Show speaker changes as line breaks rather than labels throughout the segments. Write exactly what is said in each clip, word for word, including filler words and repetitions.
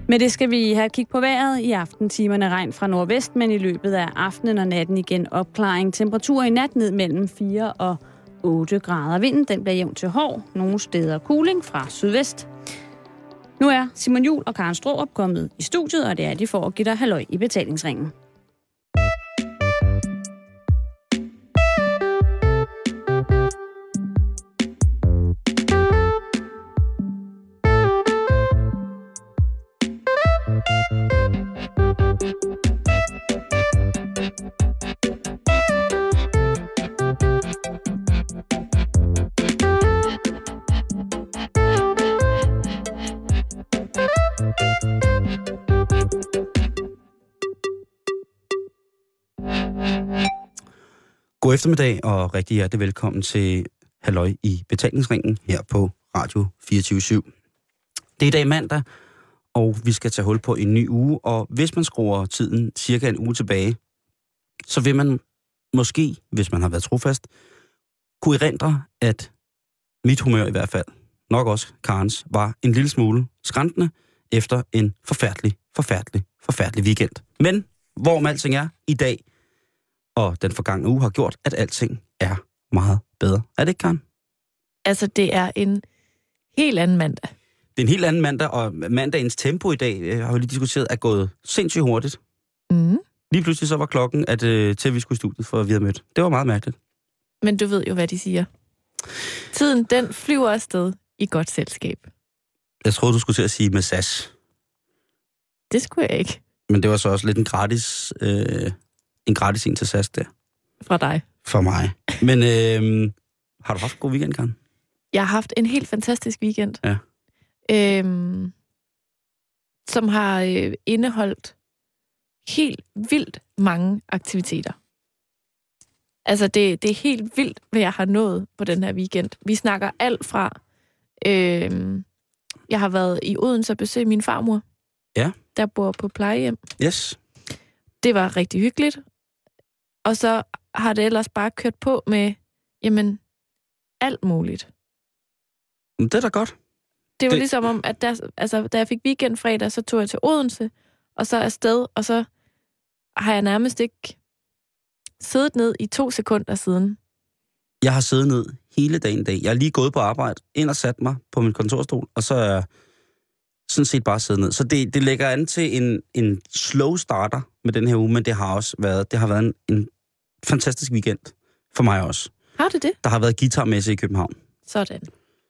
Men det skal vi have kig på vejret. I aftentimerne regn fra nordvest, men i løbet af aftenen og natten igen opklaring. Temperatur i nat ned mellem fire og otte grader. Vinden den bliver jævnt til hård. Nogle steder kuling fra sydvest. Nu er Simon Juhl og Karen Straarup kommet i studiet, og det er de for at give dig halløj i betalingsringen.
God eftermiddag og rigtig hjertelig velkommen til Halløj i betalingsringen her på Radio fireogtyve syv. Det er i dag mandag, og vi skal tage hul på en ny uge, og hvis man skruer tiden cirka en uge tilbage, så vil man måske, hvis man har været trofast, kunne erindre, at mit humør i hvert fald, nok også Karens, var en lille smule skrantende efter en forfærdelig, forfærdelig, forfærdelig weekend. Men hvorom alting er i dag, og den forgangne uge har gjort, at alting er meget bedre. Er det ikke, Karen?
Altså, det er en helt anden mandag.
Det er en helt anden mandag, og mandagens tempo i dag, har vi lige diskuteret, er gået sindssygt hurtigt.
Mm.
Lige pludselig så var klokken, at øh, til vi skulle i studiet, for vi havde mødt. Det var meget mærkeligt.
Men du ved jo, hvad de siger. Tiden, den flyver afsted i godt selskab.
Jeg troede, du skulle til at sige massage.
Det skulle jeg ikke.
Men det var så også lidt en gratis... Øh, en gratis en til S A S der.
Fra dig.
For mig. Men øh, har du haft en god weekend, Karen?
Jeg har haft en helt fantastisk weekend.
Ja.
Øhm, som har øh, indeholdt helt vildt mange aktiviteter. Altså, det, det er helt vildt, hvad jeg har nået på den her weekend. Vi snakker alt fra... Øh, jeg har været i Odense og besøgt min farmor.
Ja.
Der bor på plejehjem.
Yes.
Det var rigtig hyggeligt. Og så har det ellers bare kørt på med, jamen, alt muligt.
Det er da godt.
Det var
det...
ligesom om, at der, altså, da jeg fik weekend fredag, så tog jeg til Odense, og så afsted, og så har jeg nærmest ikke siddet ned i to sekunder siden.
Jeg har siddet ned hele dagen i dag. Jeg er lige gået på arbejde, ind og sat mig på min kontorstol, og så er jeg sådan set bare siddet ned. Så det, det lægger an til en, en slow starter med den her uge, men det har også været, det har været en, en fantastisk weekend for mig også.
Har det det?
Der har været guitarmesse i København.
Sådan.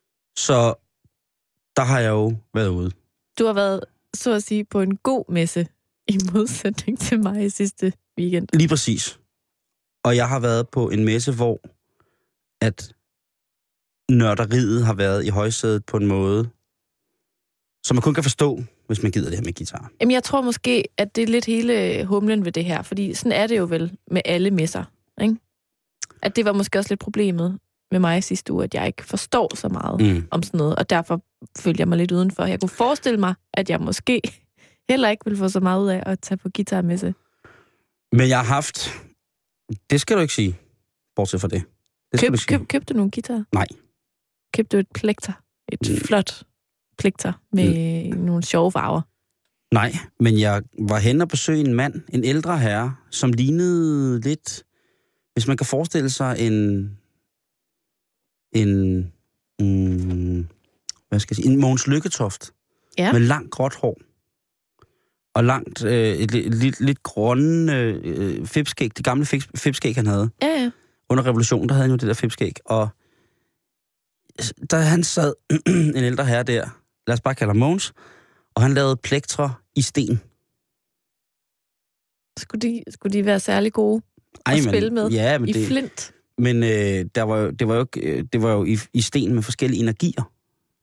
Så der har jeg jo været ude.
Du har været, så at sige, på en god messe, i modsætning til mig i sidste weekend.
Lige præcis. Og jeg har været på en messe, hvor at nørderiet har været i højsædet på en måde, som man kun kan forstå, hvis man gider det her med guitar.
Jamen, jeg tror måske, at det er lidt hele humlen ved det her, fordi sådan er det jo vel med alle messer, ikke? At det var måske også lidt problemet med mig sidste uge, at jeg ikke forstår så meget mm. om sådan noget, og derfor følte jeg mig lidt udenfor. Jeg kunne forestille mig, at jeg måske heller ikke ville få så meget ud af at tage på guitarmesse.
Men jeg har haft... Det skal du ikke sige, bortset fra det. det
Køb,
du
køb, købte du nogle guitar?
Nej.
Købte du et plekter? Et mm. flot plekter med mm. nogle sjove farver?
Nej, men jeg var hen og besøgte en mand, en ældre herre, som lignede lidt... Hvis man kan forestille sig en... En... Mm, hvad skal jeg sige? En Mogens Lykketoft.
Ja.
Med langt gråt hår. Og langt, øh, et, et, et lidt, lidt grønne øh, fipskæg. Det gamle fipskæg, han havde.
Ja, ja.
Under revolutionen, der havde han jo det der fipskæg. Og da han sad, en ældre herre der, lad os bare kalde ham Mogens, og han lavede plektre i sten.
Skulle de, skulle de være særlig gode
Ej,
at
men,
spille med
ja, men
i
det,
flint?
Men øh, der var jo, det var jo, det var jo i, i sten med forskellige energier.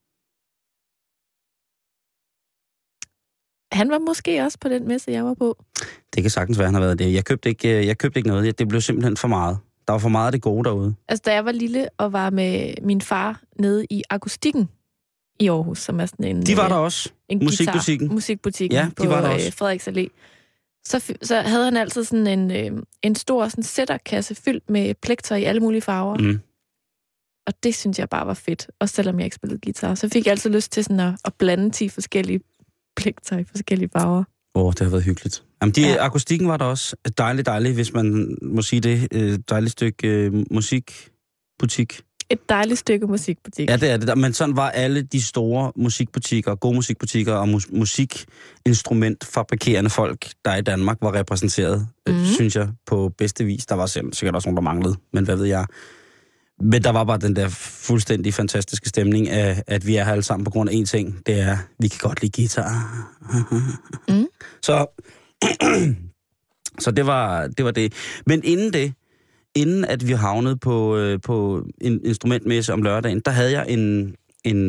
Han var måske også på den messe, jeg var på.
Det kan sagtens være, han har været det. Jeg købte ikke, jeg købte ikke noget. Det blev simpelthen for meget. Der var for meget af det gode derude.
Altså, da jeg var lille og var med min far nede i Akustikken i Aarhus, som er sådan en...
De var der også.
En
Musikbutikken.
Guitar, musikbutikken
ja, de
på
var der også.
Øh, Frederiks Allé. Så, så havde han altid sådan en, øh, en stor sådan sætterkasse fyldt med plekter i alle mulige farver.
Mm.
Og det synes jeg bare var fedt. Også selvom jeg ikke spillede guitar. Så fik jeg altid lyst til sådan at, at blande ti forskellige reflektor i forskellige farver.
Åh, oh, det har været hyggeligt. Jamen, de,
Ja.
akustikken var der også dejligt, dejligt, hvis man må sige det. Et dejligt stykke øh, musikbutik.
Et dejligt stykke musikbutik.
Ja, det er det der. Men sådan var alle de store musikbutikker, gode musikbutikker og mus- musikinstrumentfabrikerende folk, der i Danmark var repræsenteret, mm. øh, synes jeg, på bedste vis. Der var sikkert også nogen, der manglede, men hvad ved jeg. Men der var bare den der fuldstændig fantastiske stemning af, at vi er her alle sammen på grund af én ting. Det er, vi kan godt lide guitar. Mm. Så, så det var, det var det. Men inden det, inden at vi havnede på, øh, på en instrumentmesse om lørdagen, der havde jeg en, en,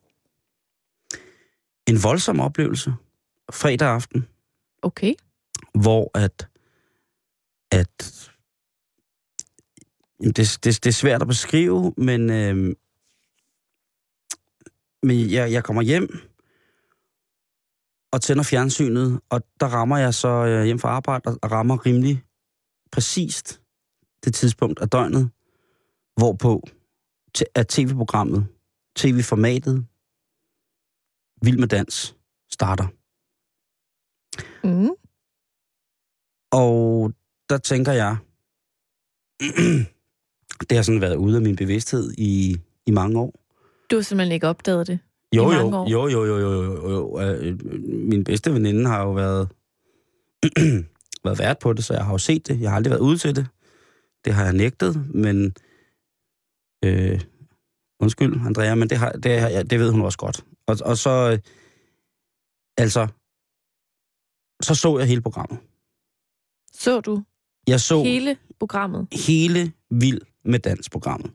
en voldsom oplevelse fredag aften.
Okay.
Hvor at, at det, det, det er svært at beskrive, men, øh, men jeg, jeg kommer hjem og tænder fjernsynet, og der rammer jeg så øh, hjem fra arbejde og rammer rimelig præcist det tidspunkt af døgnet, hvorpå at tv-programmet, tv-formatet Vild med Dans starter.
Mm.
Og der tænker jeg, det har sådan været ude af min bevidsthed i, i mange år.
Du har simpelthen ikke opdaget det
jo,
i mange
jo,
år?
Jo, jo, jo, jo, jo, jo. Min bedste veninde har jo været, været vært på det, så jeg har jo set det. Jeg har aldrig været ude til det. Det har jeg nægtet, men øh, undskyld, Andrea, men det, har, det, har, det ved hun også godt. Og, og så, øh, altså, så så jeg hele programmet.
Så du
jeg så
hele programmet?
Hele Vild med Dans-programmet.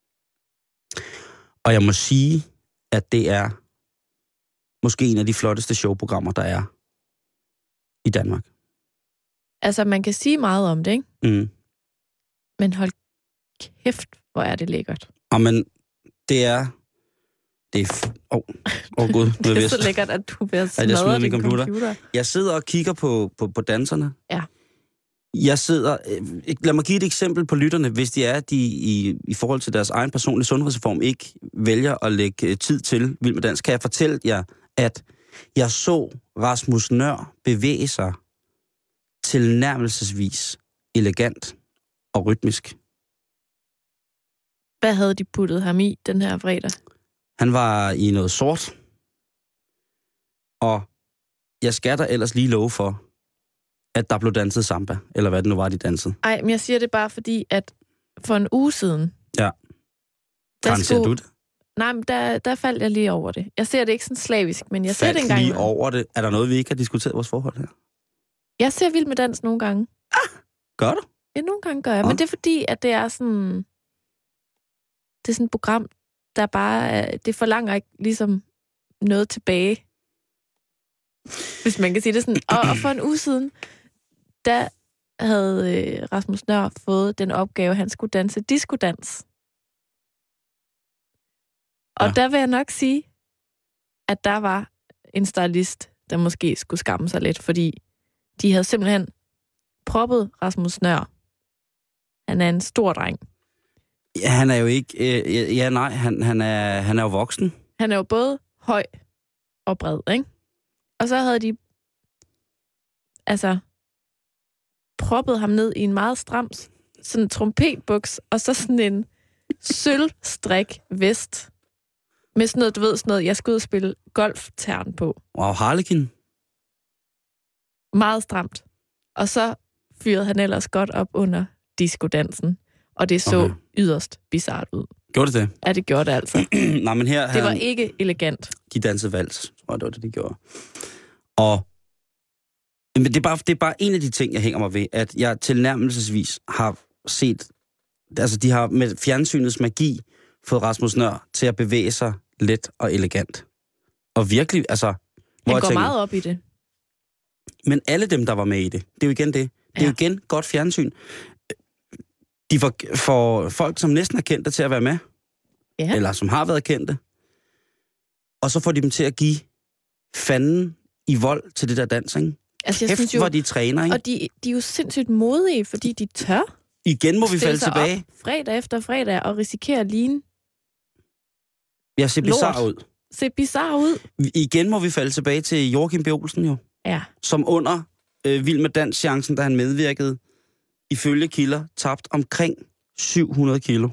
Og jeg må sige, at det er måske en af de flotteste showprogrammer, der er i Danmark.
Altså, man kan sige meget om det, ikke?
Mm.
Men hold kæft, hvor er det lækkert.
Og men det er... Det er... Åh, oh, oh, gud.
Det er så lækkert, at du vil smadre din computer. computer.
Jeg sidder og kigger på, på, på danserne.
Ja.
Jeg sidder... Lad mig give et eksempel på lytterne, hvis de er, de i, i forhold til deres egen personlige sundhedsreform ikke vælger at lægge tid til Vild med Dans. Kan jeg fortælle jer, at jeg så Rasmus Nøhr bevæge sig tilnærmelsesvis elegant og rytmisk.
Hvad havde de puttet ham i den her fredag?
Han var i noget sort. Og jeg skal da ellers lige love for, at der blev danset samba, eller hvad det nu var, de dansede.
Ej, men jeg siger det bare fordi, at for en uge siden...
Ja. Hvordan ser du det?
Nej, men der, der faldt jeg lige over det. Jeg ser det ikke sådan slavisk, men jeg
Faldt
ser det engang.
lige over det? Er der noget, vi ikke har diskuteret vores forhold her?
Jeg ser Vild med Dans nogle gange.
Ah, gør du?
Ja, nogle gange gør jeg.
Ah.
Men det er fordi, at det er sådan... Det er sådan et program, der bare... Det forlanger ikke ligesom noget tilbage. Hvis man kan sige det sådan. Og, og for en uge siden, der havde øh, Rasmus Nøhr fået den opgave, at han skulle danse diskodans. Og ja. Der vil jeg nok sige, at der var en stylist, der måske skulle skamme sig lidt, fordi de havde simpelthen proppet Rasmus Nøhr. Han er en stor dreng.
Ja, han er jo ikke... Øh, ja, nej, han, han, er, han er jo voksen.
Han er jo både høj og bred, ikke? Og så havde de altså proppet ham ned i en meget stram sådan en trompetbuks, og så sådan en sølvstrik vest med sådan noget, du ved, sådan noget, jeg skulle ud og spille golftern på.
Wow, Harlekin.
Meget stramt. Og så fyrede han ellers godt op under diskodansen, og det så okay. yderst bizarrt ud.
Gjorde det det?
Ja, det gjorde det altså.
Nej, men her...
Det var
han,
ikke elegant.
De dansede vals, tror jeg, det var det, de gjorde. Og men det er, bare, det er bare en af de ting, jeg hænger mig ved, at jeg tilnærmelsesvis har set, altså de har med fjernsynets magi fået Rasmus Nøhr til at bevæge sig let og elegant. Og virkelig, altså...
Han
hvor
går
tænker,
meget op i det.
Men alle dem, der var med i det, det er jo igen det. Det er ja. jo igen godt fjernsyn. De får, får folk, som næsten er kendte, til at være med.
Ja.
Eller som har været kendte. Og så får de dem til at give fanden i vold til det der dans, ikke?
Altså, jeg
Kæft,
synes jo,
hvor de træner, ikke?
Og de, de er jo sindssygt modige, fordi de tør.
Igen må vi falde tilbage.
Op fredag efter fredag og risikere at ligne.
Jeg ser bizarre ud.
se bizarre ud.
Igen må vi falde tilbage til Joachim B. Olsen jo.
Ja.
Som under øh, Vild med Dans-chancen, da han medvirkede, ifølge kilder, tabt omkring syv hundrede kilo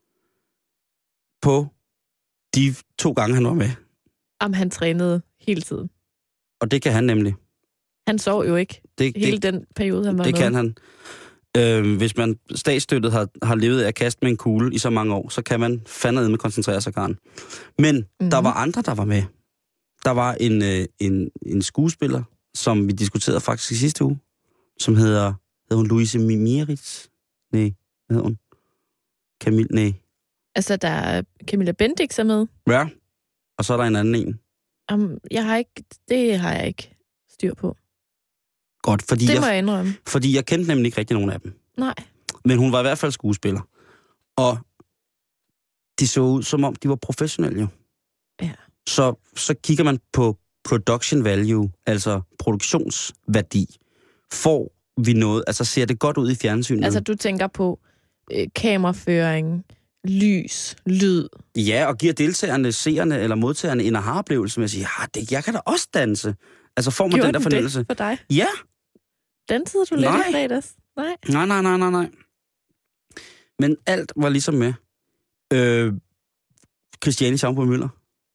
på de to gange, han var med.
Om han trænede hele tiden.
Og det kan han nemlig.
Han sov jo ikke
det,
hele
det,
den periode, han var
det
med.
Det kan han. Øh, hvis man statsstøttet har, har levet af at kaste med en kugle i så mange år, så kan man fandme med koncentrere sig, Karen. Men mm-hmm. der var andre, der var med. Der var en, øh, en, en skuespiller, som vi diskuterede faktisk i sidste uge, som hedder, hedder hun Louise Mieritz? Nej, hvad hedder hun? Camille, nej.
Altså, der er Camilla Bendix er med.
Ja, og så er der en anden en.
Um, jeg har ikke, det har jeg ikke styr på.
Godt, fordi
det
jeg,
må jeg indrømme.
Fordi jeg kendte nemlig ikke rigtig nogen af dem.
Nej.
Men hun var i hvert fald skuespiller. Og de så ud, som om de var professionelle jo.
Ja.
Så, så kigger man på production value, altså produktionsværdi. Får vi noget, altså ser det godt ud i fjernsynet?
Altså du tænker på øh, kameraføring, lys, lyd.
Ja, og giver deltagerne, seerne eller modtagerne en aha-oplevelse med at sige, ja, det, jeg kan da også danse. Altså får man
Gjorde
den der fornemmelse.
Det for dig?
Ja.
Dansede du lidt i fredags? Nej.
Nej, nej, nej, nej, nej. Men alt var ligesom med. Øh, Christiane Schaumburg-Müller.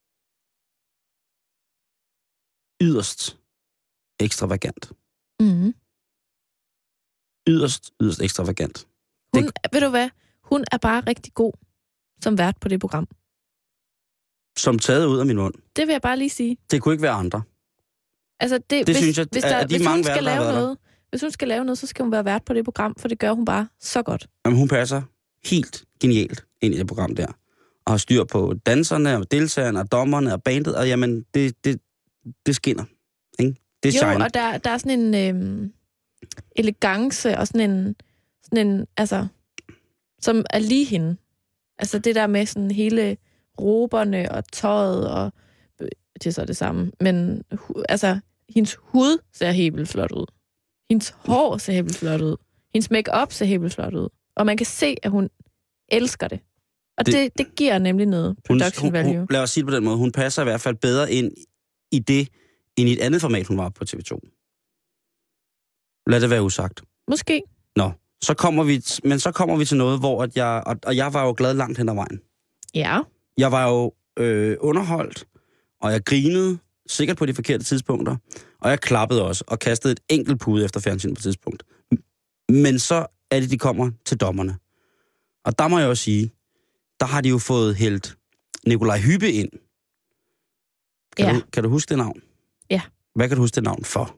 Yderst ekstravagant.
Mm-hmm.
Yderst, yderst ekstravagant.
Hun,
det,
ved du hvad? Hun er bare rigtig god som vært på det program.
Som taget ud af min mund.
Det vil jeg bare lige sige.
Det kunne ikke være andre.
Altså det,
det
hvis,
synes jeg,
hvis, der,
at de
hvis
mange
hun skal
værter,
lave
der
noget, hvis hun skal lave noget, så skal hun være vært på det program, for det gør hun bare så godt.
Jamen, hun passer helt genialt ind i det program der. Og har styr på danserne, og deltagerne, og dommerne, og bandet, og jamen, det, det, det skinner. Ikke? Det er
jo,
shine.
og der, der er sådan en øhm, elegance, og sådan en, sådan en, altså, som er lige hende. Altså det der med sådan hele roberne og tøjet, og det er så det samme. Men altså, hendes hud ser helt vildt flot ud. Hendes hår ser helt vildt flot ud. Hendes make-up ser helt vildt flot ud. Og man kan se, at hun elsker det. Og det, det, det giver nemlig noget production
hun,
value.
Hun, lad os sige det på den måde. Hun passer i hvert fald bedre ind i det, end i et andet format, hun var på T V to. Lad det være usagt.
Måske.
Nå, så kommer vi, men så kommer vi til noget, hvor at jeg, og, og jeg var jo glad langt hen ad vejen.
Ja.
Jeg var jo øh, underholdt, og jeg grinede, sikkert på de forkerte tidspunkter, og jeg klappede også, og kastede et enkelt pude efter fjernsynet på et tidspunkt. Men så er det, de kommer til dommerne. Og der må jeg jo sige, der har de jo fået hældt Nikolaj Hyppe ind. Kan,
ja.
du, kan du huske det navn?
Ja.
Hvad kan du huske det navn for?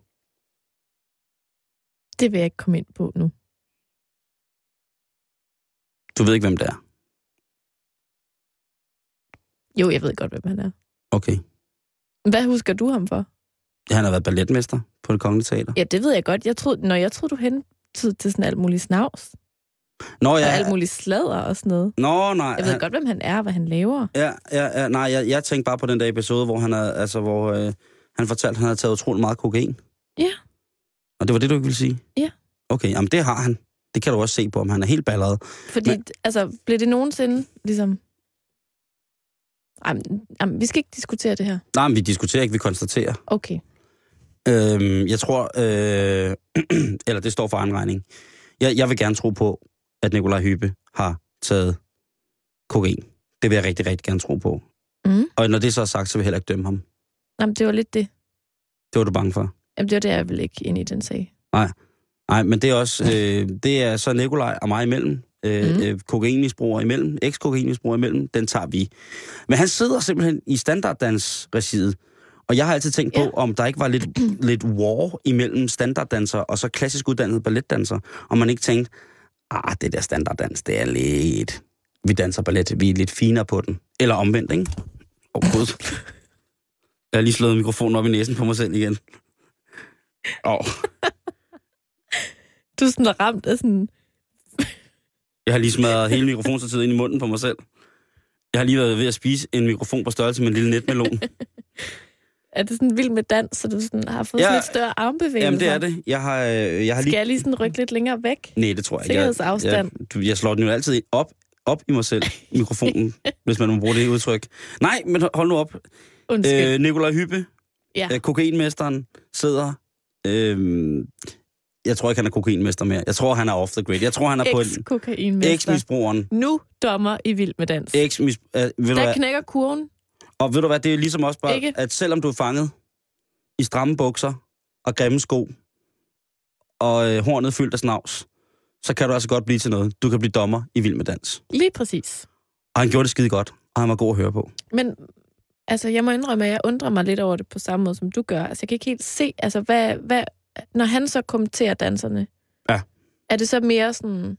Det vil jeg ikke komme ind på nu.
Du ved ikke, hvem det er?
Jo, jeg ved godt, hvem han er.
Okay.
Hvad husker du ham for?
Han har været balletmester på Det Kongelige Teater.
Ja, det ved jeg godt. Jeg troede, når jeg troede, du hentede til sådan alt muligt snavs.
Nå, ja.
Og alt muligt sladder og sådan noget.
Nå, nej.
Jeg ved han... godt, hvem han er, hvad han laver.
Ja, ja, ja nej, jeg, jeg tænkte bare på den der episode, hvor han er, altså, hvor øh, han fortalte, at han havde taget utrolig meget kokain.
Ja.
Og det var det, du ikke ville sige?
Ja.
Okay, jamen det har han. Det kan du også se på, om han er helt balleret.
Fordi, Men... altså, blev det nogensinde ligesom... Jamen, jamen, vi skal ikke diskutere det her.
Nej, men vi diskuterer ikke, vi konstaterer.
Okay.
Øhm, jeg tror, øh, eller det står for egen regning. Jeg, jeg vil gerne tro på, at Nikolaj Hyppe har taget kokain. Det vil jeg rigtig, rigtig gerne tro på.
Mm.
Og når det så er sagt, så vil jeg heller ikke dømme ham.
Jamen, det var lidt det.
Det var du bange for?
Jamen, det var det, jeg ville ikke ind i den sag.
Nej, Nej men det er også, øh, det er så Nikolaj og mig imellem. Øh, mm. øh, kokainmisbrugere imellem, eks-kokainmisbrugere imellem, den tager vi. Men han sidder simpelthen i standarddansregiet, og jeg har altid tænkt ja. på, om der ikke var lidt, lidt war imellem standarddansere og så klassisk uddannede balletdansere, og man ikke tænkte, ah, det der standarddans, det er lidt... Vi danser ballet, vi er lidt finere på den. Eller omvendt, ikke? Åh, oh, gud. Jeg har lige slået mikrofonen op i næsen på mig selv igen. Åh. Oh.
Du er sådan ramt af sådan...
Jeg har lige smadret hele mikrofonstativet ind i munden på mig selv. Jeg har lige været ved at spise en mikrofon på størrelse med en lille netmelon.
Er det sådan vild med dans, så du sådan har fået ja, sådan lidt større armbevægelser?
Jamen, det er det. Jeg har, jeg har lige...
Skal jeg lige sådan rykke lidt længere væk?
Nej, det tror jeg ikke.
Sikkerhedsafstand.
Jeg, jeg, jeg slår den jo altid op, op i mig selv, mikrofonen, hvis man må bruge det udtryk. Nej, men hold nu op.
Undskyld.
Øh, Nikolaj Hyppe,
Ja.
øh, kokainmesteren, sidder... Øh, jeg tror ikke, han er kokainmester mere. Jeg tror, han er off the grid. Jeg tror, han er på en...
Ex-kokainmester.
Ex-misbrugeren.
Nu dommer i Vild med Dans.
Ex-mis... Øh, ved du
Der
hvad?
knækker kurven.
Og ved du hvad, det er ligesom også bare,
Ikke?
at selvom du er fanget i stramme bukser og grimme sko, og øh, hornet fyldt af snavs, så kan du altså godt blive til noget. Du kan blive dommer i Vild med Dans.
Lige præcis.
Og han gjorde det skide godt, og han var god at høre på.
Men altså, jeg må indrømme, at jeg undrer mig lidt over det på samme måde, som du gør. Altså, jeg kan ikke helt se, altså, hvad, hvad, når han så kommenterer danserne,
Ja.
er det så mere sådan,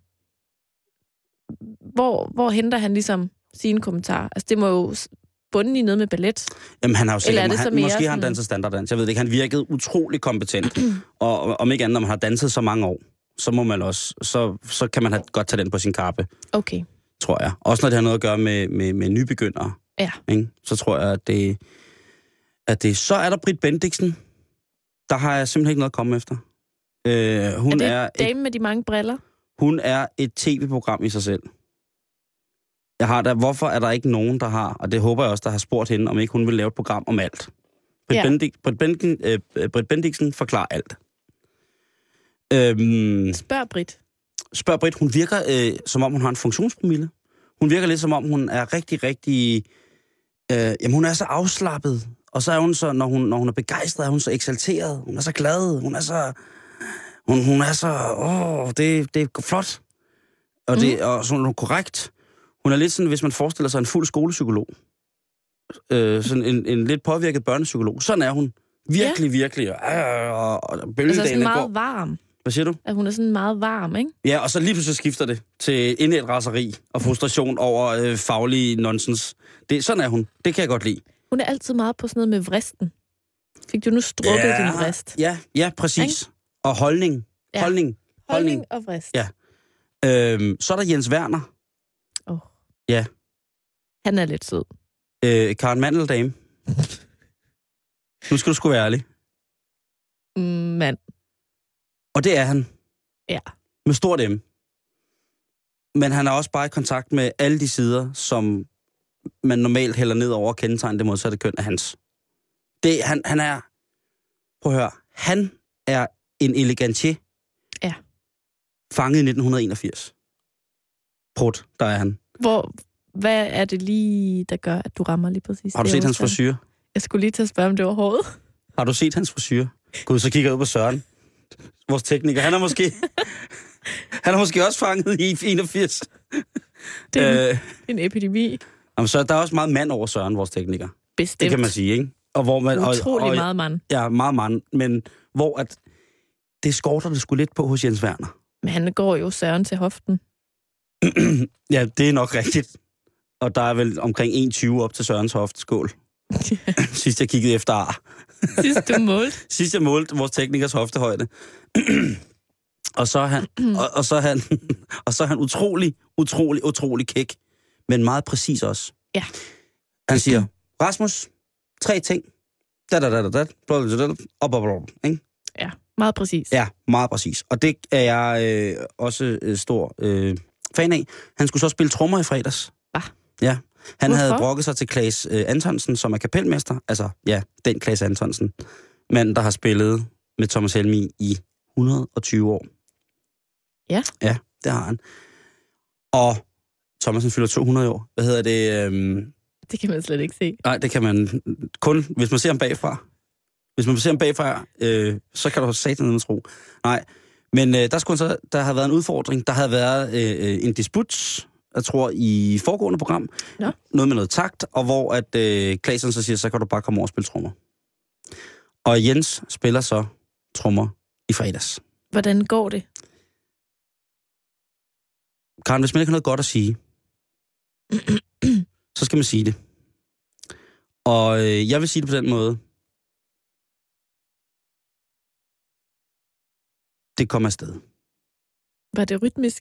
hvor, hvor henter han ligesom sine kommentarer? Altså, det må jo bunde i noget med ballet.
Jamen, han har jo
Eller er
sikkert,
det så
han,
mere
måske har han
sådan-
danset standarddans. Jeg ved det ikke, han virkede utrolig kompetent. og og om ikke andet, når man har danset så mange år, så må man også, så, så kan man have godt tage den på sin kappe,
Okay.
tror jeg. Også når det har noget at gøre med, med, med nybegyndere.
Ja.
Ikke? Så tror jeg, at det, at det... Så er der Britt Bendiksen. Der har jeg simpelthen ikke noget at komme efter. Øh, hun,
Er det
er et,
dame med de mange briller?
hun er et tv-program i sig selv. Jeg har der, hvorfor er der ikke nogen, der har, og det håber jeg også, der har spurgt hende, om ikke hun vil lave et program om alt. Britt,
Ja.
Bendik, Britt, Bendik, øh, Britt Bendiksen forklarer alt. Øhm,
Spørg Britt.
spørg Britt, hun virker, øh, som om hun har en funktionspromille. Hun virker lidt, som om hun er rigtig, rigtig... Øh, jamen, hun er så afslappet. Og så er hun så, når hun, når hun er begejstret, er hun så eksalteret. Hun er så glad. Hun er så... Hun, hun er så... Åh, det, det er flot. Og, det, mm. og så er hun korrekt. Hun er lidt sådan, hvis man forestiller sig en fuld skolepsykolog. Øh, sådan en, en lidt påvirket børnepsykolog. Sådan er hun. Virkelig, ja. virkelig. Øh, og, og
Altså
bølgedagene
sådan meget
går...
varm.
Hvad siger du?
At hun er sådan meget varm, ikke?
Ja, og så lige pludselig skifter det til indædt raseri og frustration over øh, faglige nonsens. Det, sådan er hun. Det kan jeg godt lide.
Hun er altid meget på sådan noget med vristen. Fik du nu strukket
Ja.
din vrist?
Ja, ja, præcis.
Ikke?
Og holdning.
Ja.
Holdning.
Holdning og vrist.
Ja. Øhm, så er der Jens Werner.
Oh.
Ja.
Han er lidt sød.
Øh, Karen Mandeldame. Nu skal du sgu være ærlig.
Mm, mand.
Og det er han.
Ja.
Med stort M. Men han er også bare i kontakt med alle de sider, som man normalt hælder ned over og kendetegner det modsatte køn af hans. Det, han, han er... Prøv at høre. Han er en elegantier.
Ja.
Fanget i nitten enogfirs. Prut, der er han.
Hvor, hvad er det lige, der gør, at du rammer lige præcis?
Har du
det
set hans
årstal?
frisyr?
Jeg skulle lige til at spørge, om det var håret.
Har du set hans frisyr? Gud, så kigger jeg ud på Søren. Vores tekniker. Han er måske... han er måske også fanget i enogfirs.
Det er
øh,
en epidemi.
jamen, så der er også meget mand over Søren, vores tekniker.
Bestemt.
Det kan man sige, ikke? Og hvor man,
Utrolig
og, og,
meget mand.
Ja, meget mand. Men hvor at det skorter det sgu lidt på hos Jens Werner.
Men han går jo Søren til hoften.
Ja, det er nok rigtigt. Og der er vel omkring en komma tyve op til Sørens hofteskål. Sidst jeg kiggede efter ar.
Sidst du målte.
Sidst jeg målte vores teknikers hoftehøjde. og så er han, og, og så er han, og så er han utrolig, utrolig, utrolig kæk. Men meget præcis også.
Ja.
Han siger, Rasmus, tre ting. Da, da, da, da, da, bla, bla, bla, op, op, op, ikke?
Ja, meget præcis.
Ja, meget præcis. Og det er jeg øh, også øh, stor øh, fan af. Han skulle så spille trommer i fredags.
Ah.
Ja. Han
Hvorfor?
havde brokket sig til Claes øh, Antonsen, som er kapelmester. Altså, ja, den Claes Antonsen. Manden, der har spillet med Thomas Helmig i et hundrede og tyve år.
Ja.
Ja, det har han. Og Thomasen fylder to hundrede år. Hvad hedder det? Øhm...
Det kan man slet ikke se.
Nej, det kan man kun, hvis man ser ham bagfra. Hvis man ser ham bagfra, øh, så kan du satan med tro. Nej, men øh, der, skulle så, der havde været en udfordring. Der havde været øh, en disput, jeg tror, i foregående program.
Ja.
Noget med noget takt, og hvor at øh, Claesen så siger, så kan du bare komme over og spille trommer. Og Jens spiller så trommer i fredags.
Hvordan går det?
Karen, hvis man ikke har noget godt at sige, så skal man sige det. Og øh, jeg vil sige det på den måde. Det kommer afsted.
Var det rytmisk?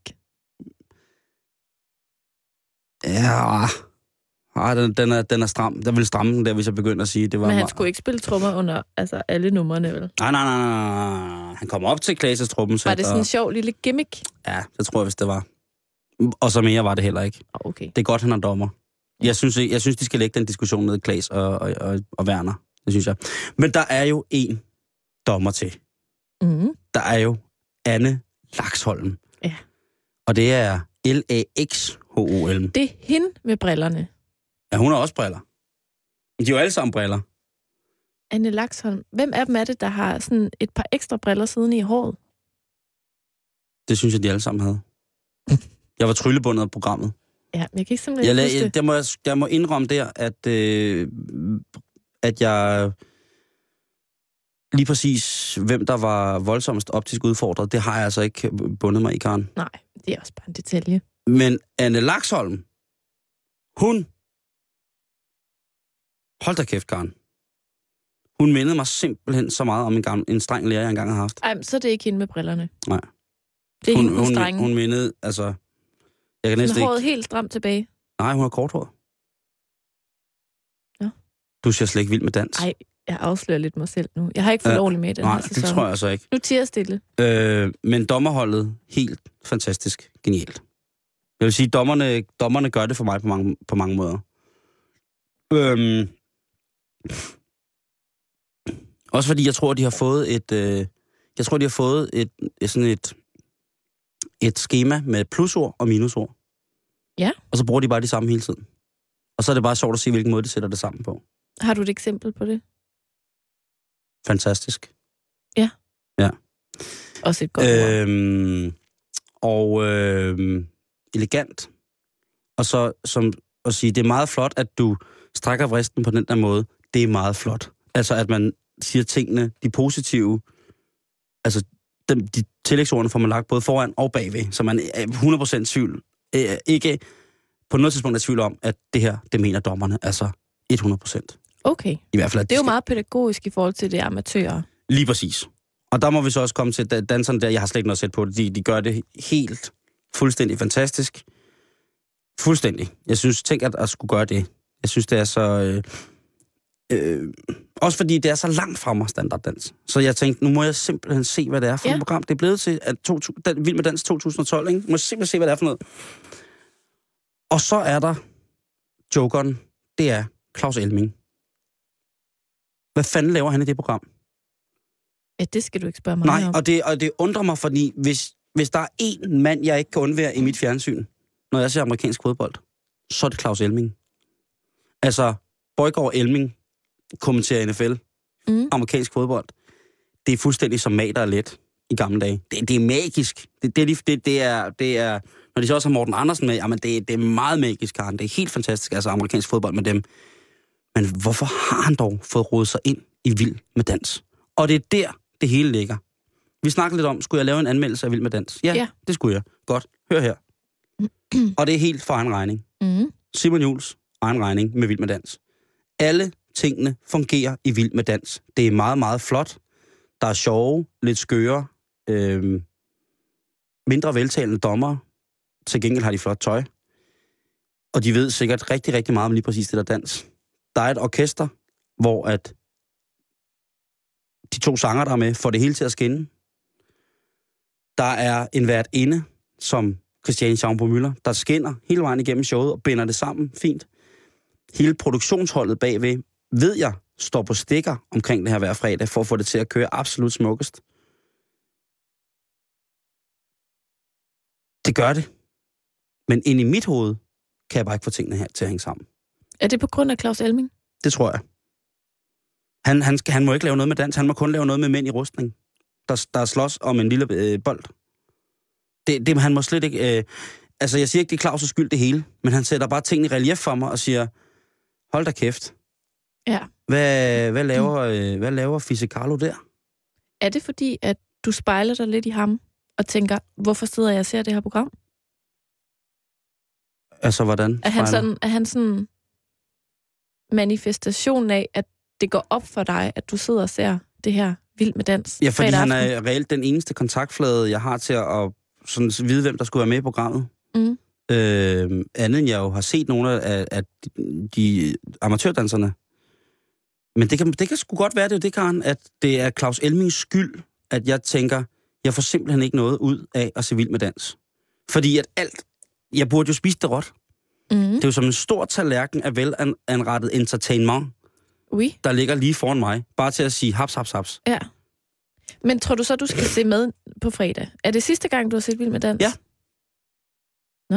Ja, ah, den, den, er, den er stram. Der vil stramme den der, hvis jeg begynder at sige, det var...
Men han
meget...
skulle ikke spille trommer under altså, alle numrene, vel?
Nej, nej, nej, nej. Han kommer op til Klaas' truppen.
Var det sådan en sjov lille gimmick?
Ja, det tror jeg, hvis det var. Og så mere var det heller ikke.
Okay.
Det er godt, han er dommer. Jeg synes, jeg synes, de skal lægge den diskussion ned i Klaas og, og, og, og Werner. Det synes jeg. Men der er jo en dommer til.
Mm.
Der er jo Anne Laxholm.
Ja.
Og det er L A X H O L.
Det er hende med brillerne.
Ja, hun har også briller. De er jo alle sammen briller.
Anne Laxholm. Hvem af dem er det, der har sådan et par ekstra briller siden i håret?
Det synes jeg, de alle sammen havde. Jeg var tryllebundet af programmet.
Ja, men jeg kan ikke simpelthen
Jeg, la-
huske
jeg,
det.
jeg, må, jeg må indrømme der, at, øh, at jeg lige præcis, hvem der var voldsomst optisk udfordret, det har jeg altså ikke bundet mig i, Karen.
Nej, det er også bare en detalje.
Men Anne Laxholm, hun... Hold da kæft, Karen. Hun mindede mig simpelthen så meget om en, gammel, en streng lærer, jeg engang har haft.
Ej, men så er det ikke hende med brillerne.
Nej.
Det er
Hun,
hende med
hun,
strengen.
hun mindede, altså... Jeg kan næsten
Med håret
ikke...
helt stramt tilbage.
Nej, hun har korthåret.
Ja.
Du ser slet ikke vild med dans.
Ej, jeg afslører lidt mig selv nu. Jeg har ikke fået
Ja.
ordentligt med i den
Nej,
her sæson.
det tror jeg så ikke.
Nu tiger stille.
Øh, men dommerholdet, helt fantastisk genialt. Jeg vil sige, dommerne, dommerne gør det for mig på mange, på mange måder. Øhm, også fordi jeg tror, de har fået et... Øh, jeg tror, de har fået et, et, sådan et, et skema med plusord og minusord.
Ja.
Og så bruger de bare de samme hele tiden. Og så er det bare sjovt at se, hvilken måde de sætter det sammen på.
Har du et eksempel på det?
Fantastisk.
Ja.
Ja.
Også et godt ord.
Øhm, og øhm, elegant. Og så som at sige, det er meget flot, at du strækker vristen på den der måde. Det er meget flot. Altså, at man siger tingene, de positive, altså de, de tillægsordene får man lagt både foran og bagved, så man er hundrede procent tvivl. Øh, ikke på noget tidspunkt er tvivl om, at det her, det mener dommerne, altså hundrede procent.
Okay.
I hvert fald, at
Det er
de
jo
skal...
meget pædagogisk i forhold til det amatører.
Lige præcis. Og der må vi så også komme til danserne der. Jeg har slet ikke noget sæt på det. De, de gør det helt fuldstændig fantastisk. Fuldstændig. Jeg synes, tænk at, at skulle gøre det. Jeg synes, det er så... Øh, øh, også fordi det er så langt fra mig, standarddans. Så jeg tænkte, nu må jeg simpelthen se, hvad det er for
Ja.
et program. Det er blevet til at to, den, Vild med Dans to tusind og tolv, ikke? Nu må jeg simpelthen se, hvad det er for noget. Og så er der jokeren. Det er Claus Elming. Hvad fanden laver han i det program?
Ja, det skal du ikke spørge mig
Nej,
om.
og det, og det undrer mig, fordi hvis, hvis der er én mand, jeg ikke kan undvære i mit fjernsyn, når jeg ser amerikansk fodbold, så er det Claus Elming. Altså, Bøjgaard Elming kommenterer N F L,
Mm.
amerikansk fodbold. Det er fuldstændig som mat og let i gamle dage. Det, det er magisk. Det, det, det, det, er, det er, når de så også har Morten Andersen med, jamen det, det er meget magisk, Karen. Det er helt fantastisk, altså amerikansk fodbold med dem. Men hvorfor har han dog fået rodet sig ind i Vild med Dans? Og det er der, det hele ligger. Vi snakkede lidt om, skulle jeg lave en anmeldelse af Vild med Dans? Ja,
Ja.
det skulle jeg. Godt. Hør her. Og det er helt for egen regning.
Mm.
Simon Juhls egen regning med Vild med Dans. Alle tingene fungerer i Vild med Dans. Det er meget, meget flot. Der er sjove, lidt skøre, øh, mindre veltalende dommere. Til gengæld har de flot tøj. Og de ved sikkert rigtig, rigtig meget om lige præcis det der dans. Der er et orkester, hvor at de to sanger, der er med, får det hele til at skinne. Der er en værtinde, som Christiane Schaumburg-Müller, der skinner hele vejen igennem showet og binder det sammen fint. Hele produktionsholdet bagved, ved jeg, står på stikker omkring det her hver fredag, for at få det til at køre absolut smukkest. Det gør det. Men ind i mit hoved, kan jeg bare ikke få tingene her til at hænge sammen.
Er det på grund af Claus Elming?
Det tror jeg. Han, han, skal, han må ikke lave noget med dans, han må kun lave noget med mænd i rustning, der, der slås om en lille øh, bold. Det, det, han må slet ikke... Øh, altså, jeg siger ikke, det er Claus' skyld det hele, men han sætter bare tingene i relief for mig og siger, hold da kæft.
Ja.
Hvad, hvad laver, øh, hvad laver Fisse Carlo der?
Er det fordi, at du spejler dig lidt i ham og tænker, hvorfor sidder jeg og ser det her program?
Altså, hvordan?
Er han
spejler?
sådan, er han sådan manifestation af, at det går op for dig, at du sidder og ser det her Vild med Dans?
Ja, fordi
fredag
han
aften?
er reelt den eneste kontaktflade, jeg har til at sådan, vide, hvem der skulle være med i programmet.
Mm.
Øh, andet end jeg jo har set nogle af, af de amatørdanserne. Men det kan, det kan sgu godt være, det er jo det, Karen, at det er Claus Elmings skyld, at jeg tænker, jeg får simpelthen ikke noget ud af at se Vild med Dans. Fordi at alt, jeg burde jo spise det råt.
Mm.
Det er jo som en stor tallerken af velanrettet entertainment,
Oui.
der ligger lige foran mig. Bare til at sige haps, haps, haps.
Ja. Men tror du så, du skal se med på fredag? Er det sidste gang, du har set Vild med Dans?
Ja.
Nå.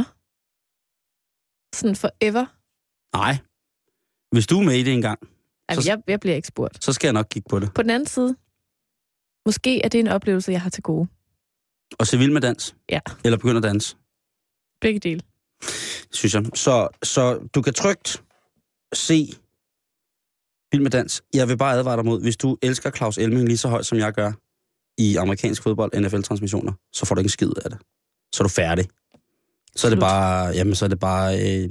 Sådan forever?
Nej. Hvis du er med i det engang,
Altså,
så,
jeg, jeg bliver ikke spurgt.
så skal jeg nok kigge på det.
På den anden side, måske er det en oplevelse, jeg har til gode.
Og se Vild med Dans?
Ja.
Eller begynde at danse?
Begge dele.
Synes jeg. Så, så du kan trygt se Vild med Dans. Jeg vil bare advare dig mod, hvis du elsker Claus Elming lige så højt, som jeg gør i amerikansk fodbold, N F L-transmissioner, så får du ikke en skid af det. Så er du færdig. Så er det bare, jamen så er det bare, øh,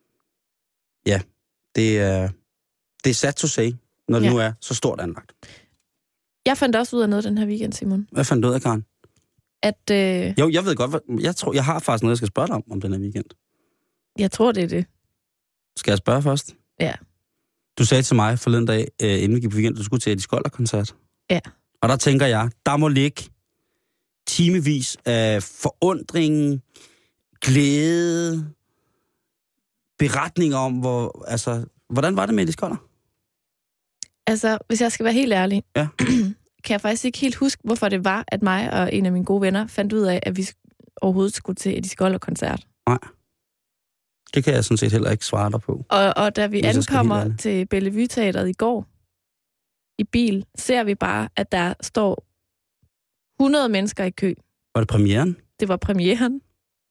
ja, det er, det er sad to say, når det
ja.
nu er så stort anlagt.
Jeg fandt også ud af noget den her weekend, Simon.
Hvad fandt du ud af, Karen?
At, øh,
Jo, jeg ved godt, hvad, jeg tror, jeg har faktisk noget, jeg skal spørge dig om, om den her weekend.
jeg tror, det er det.
Skal jeg spørge først?
Ja.
Du sagde til mig forleden dag, øh, inden vi gik på weekend, du skulle til Eddie Skoller-koncert.
Ja.
Og der tænker jeg, der må ligge timevis af forundring, glæde, beretninger om, hvor, altså, hvordan var det med Eddie Skoller?
Altså, hvis jeg skal være helt ærlig,
Ja.
kan jeg faktisk ikke helt huske, hvorfor det var, at mig og en af mine gode venner fandt ud af, at vi overhovedet skulle til Eddie Skoller-koncert.
Nej. Det kan jeg sådan set heller ikke svare dig på.
Og, og da vi
Hvis jeg skal helt
ankommer
ærlig.
til Bellevue Teatret i går, i bil, ser vi bare, at der står hundrede mennesker i kø.
Var det premieren?
Det var premieren.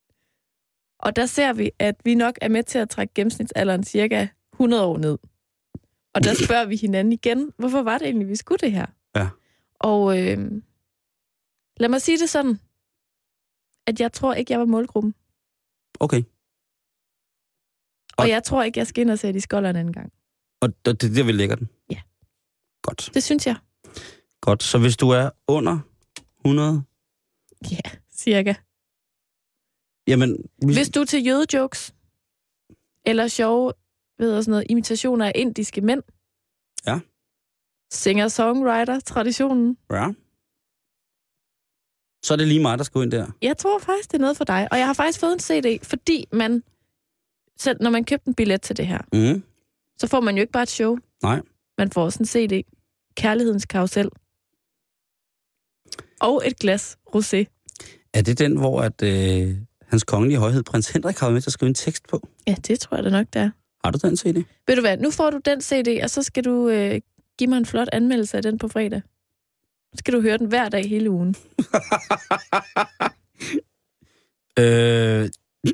Og der ser vi, at vi nok er med til at trække gennemsnitsalderen cirka hundrede år ned. Og der spørger vi hinanden igen, hvorfor var det egentlig, vi skulle det her?
Ja.
Og øh, lad mig sige det sådan, at jeg tror ikke, jeg var målgruppen.
Okay.
Og,
Og-
jeg tror ikke, jeg skal ind og se de skoller en anden gang.
Og det er der, vi lægger den?
Ja.
Godt.
Det synes jeg.
Godt. Så hvis du er under hundrede,
Ja, cirka.
jamen... Vi...
Hvis du er til jødejokes, eller sjove, ved jeg, sådan noget, imitationer af indiske mænd.
Ja.
Singer-songwriter-traditionen.
Ja. Så er det lige mig, der skal gå ind der.
Jeg tror faktisk, det er noget for dig. Og jeg har faktisk fået en C D, fordi man, selv når man købte en billet til det her,
Mm.
så får man jo ikke bare et show.
Nej.
Man får også en C D. Kærlighedens karusel. Og et glas rosé.
Er det den, hvor at, øh, hans kongelige højhed, prins Henrik, har været med til at skrive en tekst på?
Ja, det tror jeg da nok, det er.
Har du den C D?
Ved du hvad, nu får du den C D, og så skal du øh, give mig en flot anmeldelse af den på fredag. Så skal du høre den hver dag hele ugen.
øh...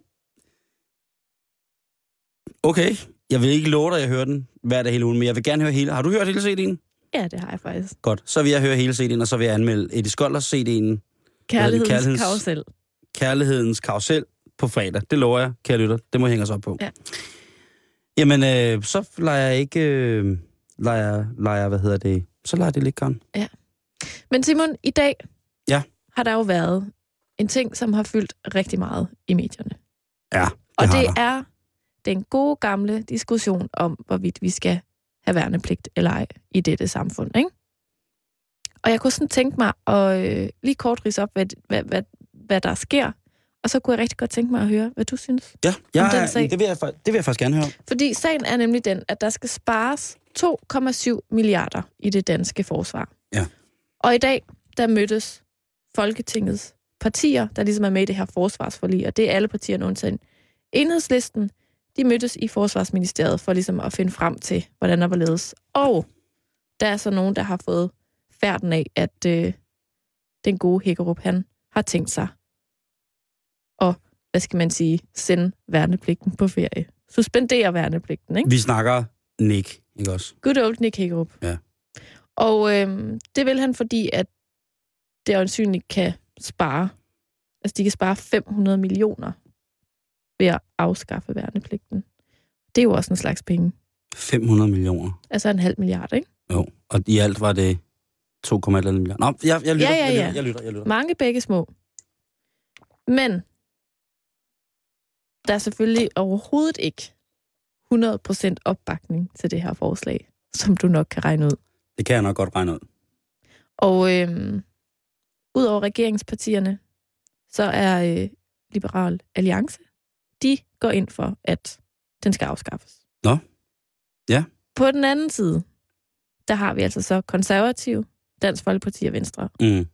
Okay. Jeg vil ikke love dig, at jeg hører den hver dag hele ugen, men jeg vil gerne høre hele. Har du hørt hele C D'en?
Ja, det har jeg faktisk.
Godt. Så vil jeg høre hele C D'en, og så vil jeg anmelde Eddie Skollers C D'en.
Kærlighedens,
Kærlighedens-
karusel.
Kærlighedens karusel på fredag. Det lover jeg, kære lytter. Det må hænge os op på.
Ja.
Jamen, øh, så lader jeg ikke... Øh, lader jeg, lader jeg, hvad hedder det? Så lader jeg det ligge, Karen.
Men Simon, i dag
Ja.
har der jo været en ting, som har fyldt rigtig meget i medierne.
Ja,
Og
har
det
der.
er den gode gamle diskussion om, hvorvidt vi skal have værnepligt eller ej i dette samfund, ikke? Og jeg kunne sådan tænke mig at øh, lige kort ridse op, hvad, hvad, hvad, hvad der sker, og så kunne jeg rigtig godt tænke mig at høre, hvad du synes.
Ja, jeg,
den sag.
det, vil jeg, fa- det vil jeg faktisk gerne høre.
Fordi sagen er nemlig den, at der skal spares to komma syv milliarder i det danske forsvar.
Ja.
Og i dag, der mødtes Folketingets partier, der ligesom er med i det her forsvarsforlig, og det er alle partierne undtagen Enhedslisten, de mødtes i Forsvarsministeriet for ligesom at finde frem til, hvordan der var ledes. Og der er så nogen, der har fået færden af, at øh, den gode Hækkerup, han har tænkt sig at, hvad skal man sige, sende værnepligten på ferie. Suspendere værnepligten, ikke?
Vi snakker Nick, ikke også?
Good old Nick Hækkerup.
Ja.
Og øh, det vil han, fordi at det øjensynligt kan spare, altså de kan spare fem hundrede millioner ved at afskaffe værnepligten. Det er jo også en slags penge.
fem hundrede millioner.
Altså en halv milliard, ikke?
Jo, og i alt var det to komma et milliarder. Nå, jeg, jeg, lytter,
Ja, ja,
jeg,
ja.
lytter, jeg lytter, jeg lytter.
Mange begge små. Men der er selvfølgelig overhovedet ikke hundrede procent opbakning til det her forslag, som du nok kan regne ud.
Det kan jeg nok godt regne ud.
Og øhm, ud over regeringspartierne, så er øh, Liberal Alliance, de går ind for, at den skal afskaffes.
Nå, ja.
På den anden side, der har vi altså så Konservative, Dansk Folkeparti og Venstre.
Mm.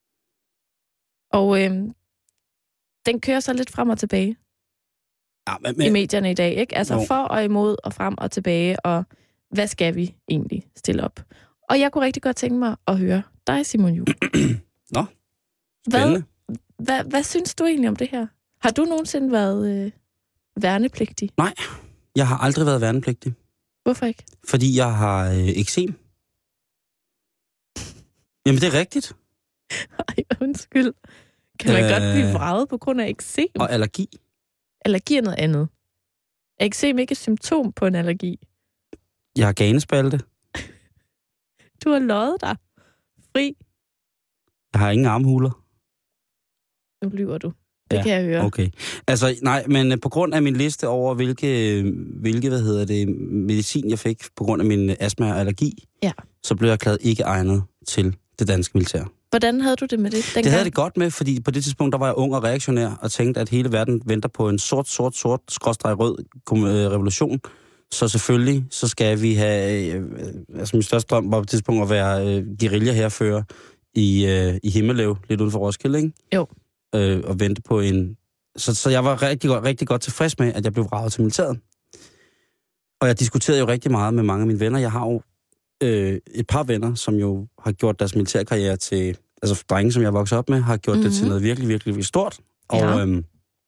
Og øhm, den kører så lidt frem og tilbage
Ja, men, men...
i medierne i dag, ikke? Altså
no.
for og imod og frem og tilbage, og hvad skal vi egentlig stille op? Og jeg kunne rigtig godt tænke mig at høre dig, Simon Juhl.
Nå, spændende.
Hvad, hvad, hvad synes du egentlig om det her? Har du nogensinde været øh, værnepligtig?
Nej, jeg har aldrig været værnepligtig.
Hvorfor ikke?
Fordi jeg har øh, eksem. Jamen, det er rigtigt.
Ej, undskyld. Kan man
Øh,
godt blive vraget på grund af eksem?
Og allergi.
Allergi er noget andet. Er eksem ikke et symptom på en allergi?
Jeg har ganespalte.
Du har løjet dig fri.
Jeg har ingen armhuler.
Nu lyver du. Det
Ja,
kan jeg høre.
Okay. Altså, nej, men øh, på grund af min liste over, hvilke, hvilke hvad hedder det, medicin jeg fik på grund af min astma og allergi,
Ja.
så blev jeg erklæret ikke egnet til det danske militær.
Hvordan havde du det med det dengang?
Det havde det godt med, fordi på det tidspunkt, der var jeg ung og reaktionær, og tænkte, at hele verden venter på en sort, sort, sort, skråstreg rød revolution. Så selvfølgelig, så skal vi have... Øh, altså, min største drøm var på et tidspunkt at være øh, guerilla-hærfører i, øh, i Himmelev, lidt uden for Roskilde, ikke?
Jo.
Øh, og vente på en... Så, så jeg var rigtig godt, rigtig godt tilfreds med, at jeg blev vraget til militæret. Og jeg diskuterede jo rigtig meget med mange af mine venner. Jeg har jo øh, et par venner, som jo har gjort deres militærkarriere til... Altså drenge, som jeg voksede op med, har gjort mm-hmm. det til noget virkelig, virkelig, virkelig stort. Og,
Ja.
øhm,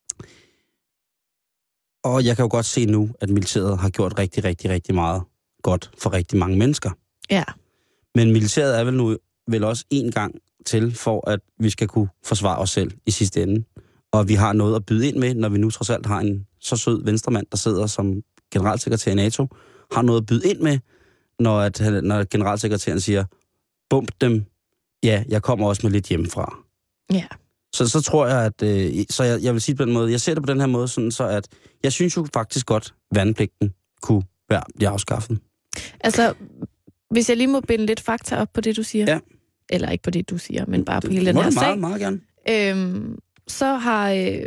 og jeg kan jo godt se nu, at militæret har gjort rigtig, rigtig, rigtig meget godt for rigtig mange mennesker.
Ja.
Men militæret er vel nu vel også en gang til, for at vi skal kunne forsvare os selv i sidste ende. Og vi har noget at byde ind med, når vi nu trods alt har en så sød venstremand, der sidder som generalsekretær i NATO, har noget at byde ind med, når, at, når generalsekretæren siger, bump dem, ja, jeg kommer også med lidt hjemmefra.
Ja.
Så, så tror jeg, at øh, så jeg, jeg vil sige på den måde, jeg ser det på den her måde, sådan så at jeg synes jo faktisk godt, værnepligten kunne være blive afskaffet.
Altså, hvis jeg lige må binde lidt fakta op på det, du siger.
Ja.
Eller ikke på det, du siger, men bare på
Det
hele den
må
her
du
sag.
meget, meget gerne.
Øhm, så har øh,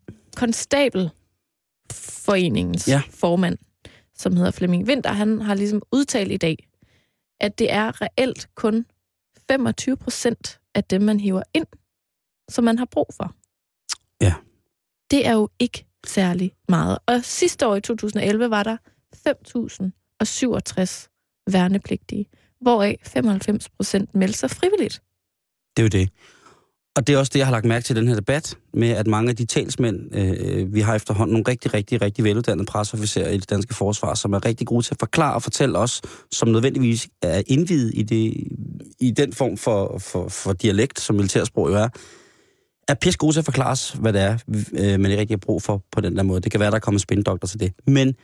Konstabelforeningens
Ja.
formand, som hedder Flemming Winther, han har ligesom udtalt i dag, at det er reelt kun femogtyve procent af dem, man hiver ind, som man har brug for.
Ja.
Det er jo ikke særlig meget. Og sidste år i to tusind og elleve var der fem tusind syvogtres værnepligtige, hvoraf femoghalvfems procent meldte sig frivilligt.
Det er jo det. Og det er også det, jeg har lagt mærke til i den her debat, med at mange af de talsmænd, øh, vi har efterhånden nogle rigtig, rigtig, rigtig veluddannede presseofficerer i det danske forsvar, som er rigtig gode til at forklare og fortælle os, som nødvendigvis er indviet i, det, i den form for, for, for dialekt, som militærsprog jo er, er pisse gode til at forklare os, hvad det er, øh, man ikke rigtig har brug for på den der måde. Det kan være, der er kommet spindoktor til det. Men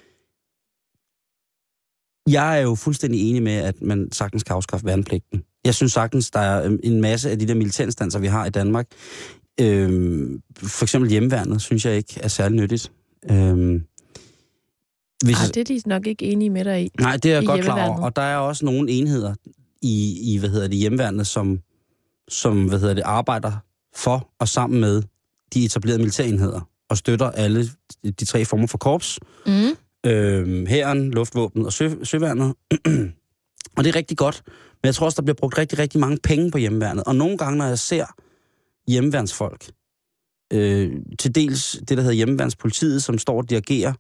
jeg er jo fuldstændig enig med, at man sagtens kan afskaffe værnepligten. Jeg synes sagtens, der er en masse af de der militærinstanser, vi har i Danmark. Øhm, for eksempel hjemmeværnet, synes jeg ikke er særlig nyttigt. Øhm, hvis
Ej, det er de nok ikke enige med dig i.
Nej, det er jeg
i
godt klar over.
hjemmeværnet.
Og der er også nogle enheder i, i hvad hedder det, hjemmeværnet, som, som hvad hedder det, arbejder for og sammen med de etablerede militærenheder og støtter alle de tre former for korps.
Mm.
Øhm, hæren, luftvåbnet og sø, søværnet. Og det er rigtig godt. Men jeg tror også, der bliver brugt rigtig, rigtig mange penge på hjemmeværnet. Og nogle gange, når jeg ser hjemmeværnsfolk, øh, til dels det, der hedder hjemmeværnspolitiet, som står og dirigerer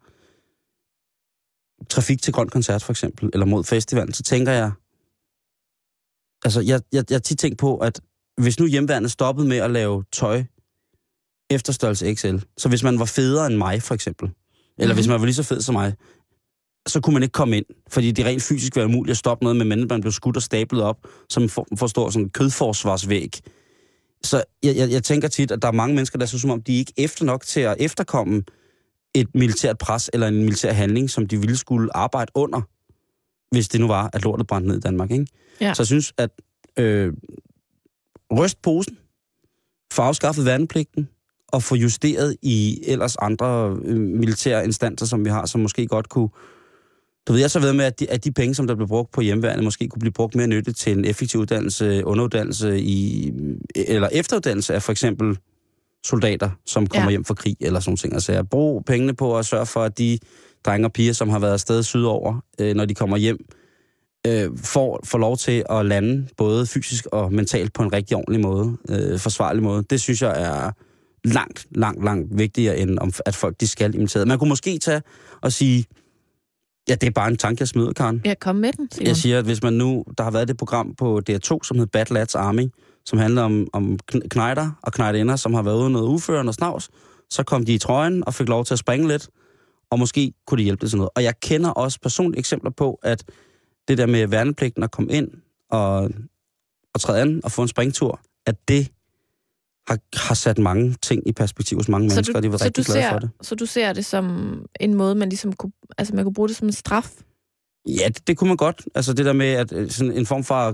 trafik til Grøn Koncert for eksempel, eller mod festivalen, så tænker jeg, altså jeg, jeg, jeg har tit tænkt på, at hvis nu hjemmeværnet stoppede med at lave tøj efter størrelse X L, så hvis man var federe end mig for eksempel, eller mm-hmm. hvis man var lige så fed som mig, så kunne man ikke komme ind, fordi det rent fysisk var umuligt at stoppe noget, med man blev skudt og stablet op, som for, forstår sådan en kødforsvarsvæg. Så jeg, jeg, jeg tænker tit, at der er mange mennesker, der synes som om, de ikke efter nok til at efterkomme et militært pres eller en militær handling, som de ville skulle arbejde under, hvis det nu var, at lortet brændte ned i Danmark, ikke?
Ja.
Så jeg synes, at øh, ryst posen, få afskaffet værnepligten, og få justeret i ellers andre øh, militære instanser, som vi har, som måske godt kunne... Du ved, jeg så ved med, at de, at de penge, som der blev brugt på hjemmeværnet, måske kunne blive brugt mere nyttigt til en effektiv uddannelse, underuddannelse i, eller efteruddannelse af for eksempel soldater, som kommer ja. hjem fra krig eller sådan ting. Altså, jeg bruger pengene på at sørge for, at de drenge og piger, som har været afsted sydover, øh, når de kommer hjem, øh, får, får lov til at lande både fysisk og mentalt på en rigtig ordentlig måde, øh, forsvarlig måde. Det synes jeg er langt, langt, langt vigtigere, end om, at folk de skal imitere. Man kunne måske tage og sige, ja, det er bare en tanke, jeg smider, Karen.
Ja, kom med den, Simon.
Jeg siger, at hvis man nu, der har været det program på D R to, som hedder Bad Lads Army, som handler om, om knejder og knejdinder, som har været ude noget uførende og snavs, så kom de i trøjen og fik lov til at springe lidt, og måske kunne de hjælpe det til noget. Og jeg kender også personlige eksempler på, at det der med værnepligten at komme ind og, og træde an og få en springtur, at det har, har sat mange ting i perspektiv hos mange
så
mennesker,
du,
og de var rigtig glade
ser,
for det.
Så du ser det som en måde, man ligesom kunne, altså man kunne bruge det som en straf?
Ja, det, det kunne man godt. Altså det der med, at sådan en form for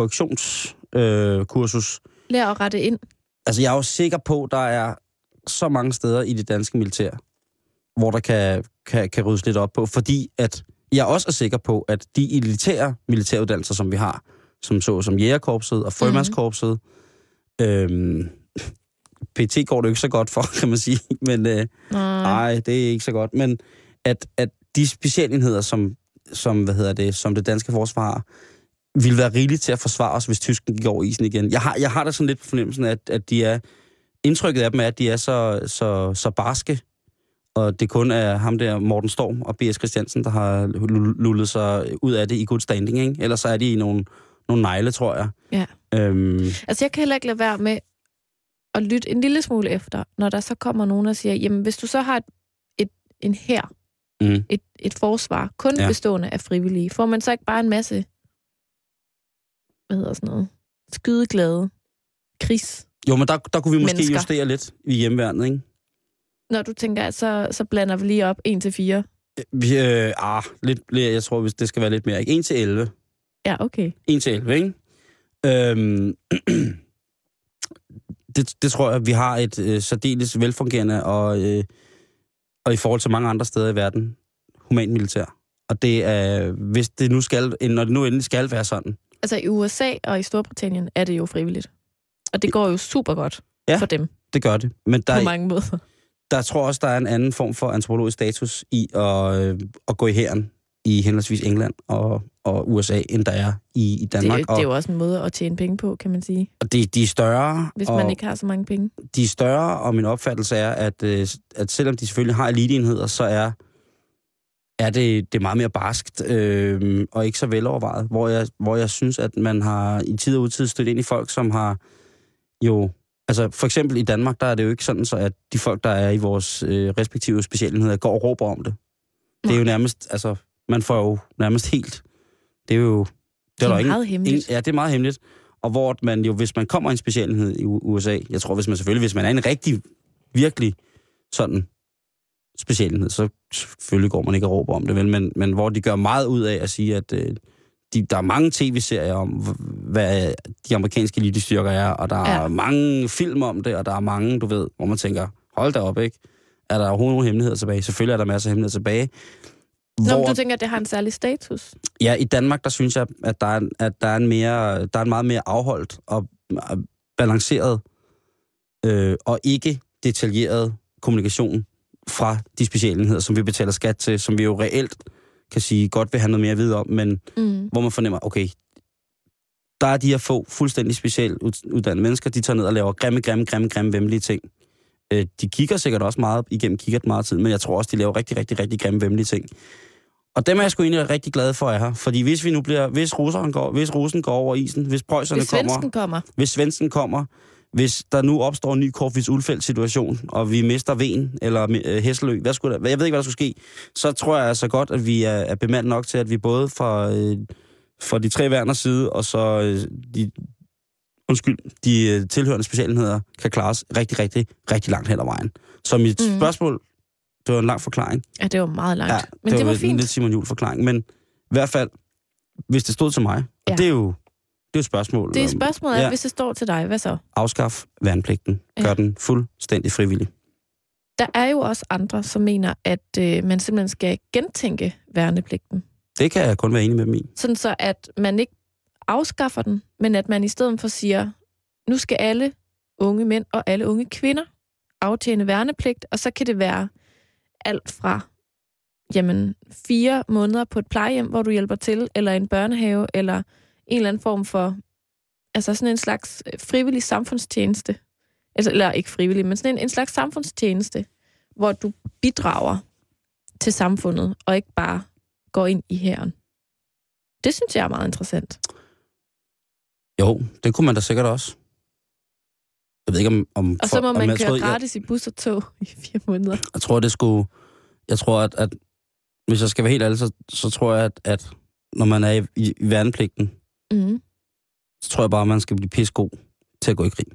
korrektionskursus. Øh,
Lær at rette ind. Altså
jeg er jo sikker på, at der er så mange steder i det danske militær, hvor der kan, kan, kan ryddes lidt op på, fordi at jeg også er sikker på, at de elitære militæruddannelser, som vi har, som så som jægerkorpset og frømandskorpset, mm. øhm, P T går det jo ikke så godt for, kan man sige, men øh, nej, det er ikke så godt, men at, at de specialenheder, som, som, hvad hedder det, som det danske forsvar har, vil være rigeligt til at forsvare os, hvis tysken gik over isen igen. Jeg har, jeg har da sådan lidt på fornemmelsen, at, at de er, indtrykket af dem er, at de er så, så, så barske, og det kun er ham der, Morten Storm og B S Christiansen, der har lullet sig ud af det i good standing, ikke? Ellers så er de i nogle, nogle negle, tror jeg.
Ja. Øhm. Altså, jeg kan heller ikke lade være med at lytte en lille smule efter, når der så kommer nogen og siger, jamen, hvis du så har et, et, en hær, mm. et, et forsvar, kun ja. bestående af frivillige, får man så ikke bare en masse, hvad hedder sådan noget, skydeglade, krigs.
Jo, men der, der kunne vi måske
mennesker.
justere lidt i hjemmeværnet, ikke?
Når du tænker, at så, så blander vi lige op en til fire.
Vi, øh, ah, lidt, jeg tror, det skal være lidt mere. en til elleve.
Ja, okay.
en til elleve, ikke? Øhm, det, det tror jeg, vi har et øh, særdeles velfungerende og, øh, og i forhold til mange andre steder i verden, human militær. Og det er, hvis det nu skal, når det nu endelig skal være sådan.
Altså i U S A og i Storbritannien er det jo frivilligt. Og det går jo super godt
ja,
for dem.
Det gør det. Men der
på mange måder.
Der tror også, der er en anden form for antropologisk status i at, øh, at gå i hæren i henholdsvis England og, og U S A, end der er i, i Danmark.
Det, det er jo også en måde at tjene penge på, kan man sige.
Og de, de er større.
Hvis man ikke har så mange penge.
De er større, og min opfattelse er, at, øh, at selvom de selvfølgelig har eliteenheder, så er, er det, det er meget mere barskt øh, og ikke så velovervejet. Hvor jeg, hvor jeg synes, at man har i tid og udtid stødt ind i folk, som har jo... Altså for eksempel i Danmark, der er det jo ikke sådan, så at de folk, der er i vores øh, respektive specialenheder, går og råber om det. Det er jo nærmest, altså, man får jo nærmest helt, det er jo...
Det er, det er
ingen,
meget hemmeligt.
Ingen, ja, det er meget hemmeligt. Og hvor man jo, hvis man kommer i en specialenhed i U S A, jeg tror, hvis man selvfølgelig, hvis man er en rigtig, virkelig sådan specialenhed, så selvfølgelig går man ikke og råber om det, vel? Men, men hvor de gør meget ud af at sige, at... Øh, De, der er mange tv-serier om, hvad de amerikanske elitestyrker er, og der ja. er mange film om det, og der er mange, du ved, hvor man tænker, hold da op, ikke? Er der overhovedet nogle hemmeligheder tilbage? Selvfølgelig er der masser af hemmeligheder tilbage.
Nå, hvor, du tænker, at det har en særlig status?
Ja, i Danmark, der synes jeg, at der er, at der er, en, mere, der er en meget mere afholdt og balanceret øh, og ikke detaljeret kommunikation fra de specialenheder, som vi betaler skat til, som vi jo reelt kan sige, godt vil have noget mere at vide om, men mm. hvor man fornemmer, okay, der er de her få fuldstændig specielt uddannede mennesker, de tager ned og laver grimme, grimme, grimme, grimme, vemmelige ting. Øh, de kigger sikkert også meget igennem kikkert meget tid, men jeg tror også, de laver rigtig, rigtig, rigtig grimme, vemmelige ting. Og dem er jeg sgu egentlig rigtig glad for at have, fordi hvis vi nu bliver, hvis russeren går, hvis russen går over isen, hvis preusserne
hvis
kommer,
kommer,
hvis svensken kommer, hvis der nu opstår en ny Corfitz-Ulfeldt-situation, og vi mister Ven eller øh, Hesselø, hvad skulle der, jeg ved ikke, hvad der skulle ske, så tror jeg altså godt, at vi er, er bemandet nok til, at vi både fra, øh, fra de tre værners side, og så øh, de, undskyld, de øh, tilhørende specialenheder, kan klares rigtig, rigtig, rigtig langt hen ad vejen. Så mit mm. spørgsmål, det var en lang forklaring.
Ja, det var meget langt. Ja, men
det,
det var,
var
fint.
en lidt Simon Juhl forklaring, men i hvert fald, hvis det stod til mig, ja. det er jo Det er jo et spørgsmål.
Det er spørgsmålet, ja. Hvis det står til dig. Hvad så?
Afskaf værnepligten. Gør ja. den fuldstændig frivillig.
Der er jo også andre, som mener, at øh, man simpelthen skal gentænke værnepligten.
Det kan jeg kun være enig med dem i.
Sådan så, at man ikke afskaffer den, men at man i stedet for siger, nu skal alle unge mænd og alle unge kvinder aftjene værnepligt, og så kan det være alt fra jamen, fire måneder på et plejehjem, hvor du hjælper til, eller en børnehave, eller en eller anden form for, altså sådan en slags frivillig samfundstjeneste. Altså, eller ikke frivillig, men sådan en, en slags samfundstjeneste, hvor du bidrager til samfundet, og ikke bare går ind i hæren. Det synes jeg er meget interessant.
Jo, det kunne man da sikkert også. Jeg ved ikke om... om
og så må
for,
man
om,
køre
tror,
gratis
jeg,
i bus og tog i fire måneder.
Jeg tror, det skulle... Jeg tror, at, at hvis jeg skal være helt ærlig, så, så tror jeg, at, at når man er i, i, i værnepligten,
Mm.
så tror jeg bare, at man skal blive pissegod til at gå i krig.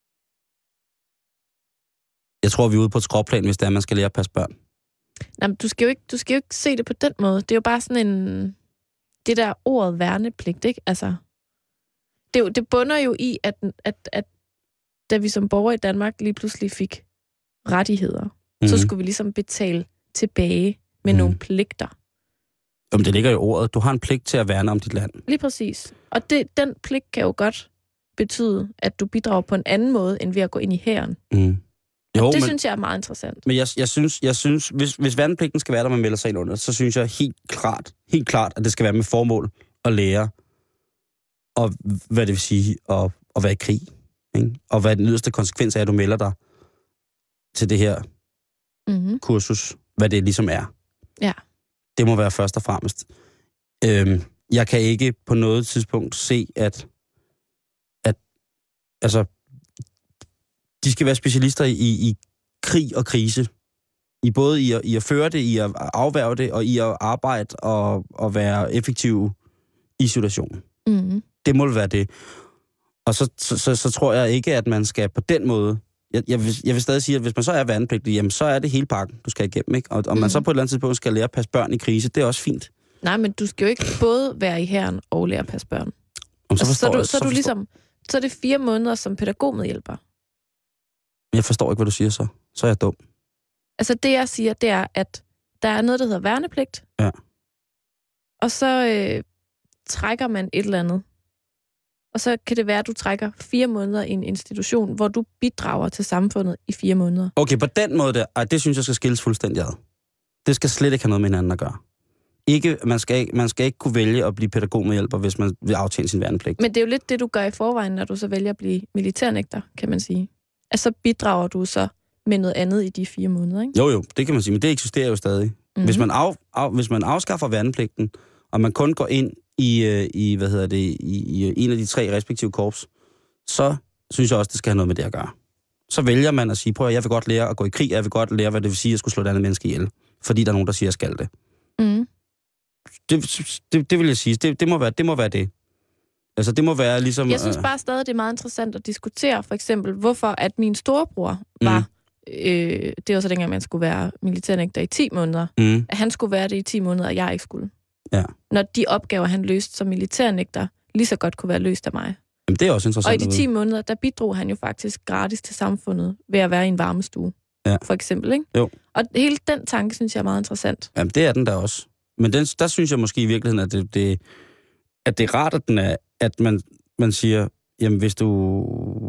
Jeg tror, vi er ude på et skråplan, hvis det er, man skal lære at passe børn.
Jamen, du skal jo ikke, du skal jo ikke se det på den måde. Det er jo bare sådan en... Det der ordet værnepligt, ikke? Altså... Det, er jo, det bunder jo i, at, at, at da vi som borgere i Danmark lige pludselig fik rettigheder, mm. så skulle vi ligesom betale tilbage med mm. nogle pligter.
Jamen, det ligger i ordet. Du har en pligt til at værne om dit land.
Lige præcis. Og det, den pligt kan jo godt betyde, at du bidrager på en anden måde, end ved at gå ind i hæren.
Mm. Jo,
det
men,
synes jeg er meget interessant.
Men jeg, jeg synes, jeg synes hvis, hvis værnepligten skal være der, man melder sig ind under, så synes jeg helt klart, helt klart, at det skal være med formål at lære, og hvad det vil sige at, at være i krig. Ikke? Og hvad den yderste konsekvens er, at du melder dig til det her mm-hmm. kursus, hvad det ligesom er.
Ja.
Det må være først og fremmest. Øhm, jeg kan ikke på noget tidspunkt se, at, at altså, de skal være specialister i, i krig og krise. I både i at, i at føre det, i at afværge det, og i at arbejde og, og være effektiv i situationen.
Mm-hmm.
Det må være det. Og så, så, så, så tror jeg ikke, at man skal på den måde... Jeg, jeg, vil, jeg vil stadig sige, at hvis man så er værnepligtig, jamen så er det hele pakken, du skal igennem, ikke? Og om mm-hmm. man så på et eller andet tidspunkt skal lære at passe børn i krise, det er også fint.
Nej, men du skal jo ikke både være i hæren og lære at passe børn.
Om, så,
altså, så, du, så,
så,
så du ligesom... Så er det fire måneder som pædagogmedhjælper.
Jeg forstår ikke, hvad du siger så. Så er jeg dum.
Altså det, jeg siger, det er, at der er noget, der hedder værnepligt.
Ja.
Og så øh, trækker man et eller andet. Og så kan det være, at du trækker fire måneder i en institution, hvor du bidrager til samfundet i fire måneder.
Okay, på den måde der, ej, det synes jeg skal skilles fuldstændig ad. Det skal slet ikke have noget med hinanden at gøre. Ikke, man, skal, man skal ikke kunne vælge at blive pædagogmedhjælper, hvis man vil aftjene sin værnepligt.
Men det er jo lidt det, du gør i forvejen, når du så vælger at blive militærnægter, kan man sige. Altså så bidrager du så med noget andet i de fire måneder, ikke?
Jo, jo, det kan man sige, men det eksisterer jo stadig. Mm-hmm. Hvis, man af, af, hvis man afskaffer værnepligten, og man kun går ind i, i hvad hedder det, i, i en af de tre respektive korps, så synes jeg også, det skal have noget med det at gøre. Så vælger man at sige, prøv at jeg vil godt lære at gå i krig, jeg vil godt lære, hvad det vil sige, at jeg skulle slå et andet menneske ihjel, fordi der er nogen, der siger, at jeg skal det. Mm. Det, det, det vil jeg sige, det, det, må være, det må være det. Altså, det må være ligesom...
Jeg synes bare stadig, det er meget interessant at diskutere, for eksempel, hvorfor at min storebror var... Mm. Øh, det var så dengang, man skulle være militærnægter i ti måneder. Mm. At han skulle være det i ti måneder, og jeg ikke skulle.
Ja.
Når de opgaver, han løste som militærnægter, lige så godt kunne være løst af mig.
Jamen, det er også interessant.
Og i de ti måneder, der bidrog han jo faktisk gratis til samfundet ved at være i en varmestue. Ja. For eksempel, ikke?
Jo.
Og hele den tanke, synes jeg er meget interessant.
Jamen, det er den der også. Men den, der synes jeg måske i virkeligheden, at det, det, at det er rart, at, den er, at man, man siger, jamen hvis du...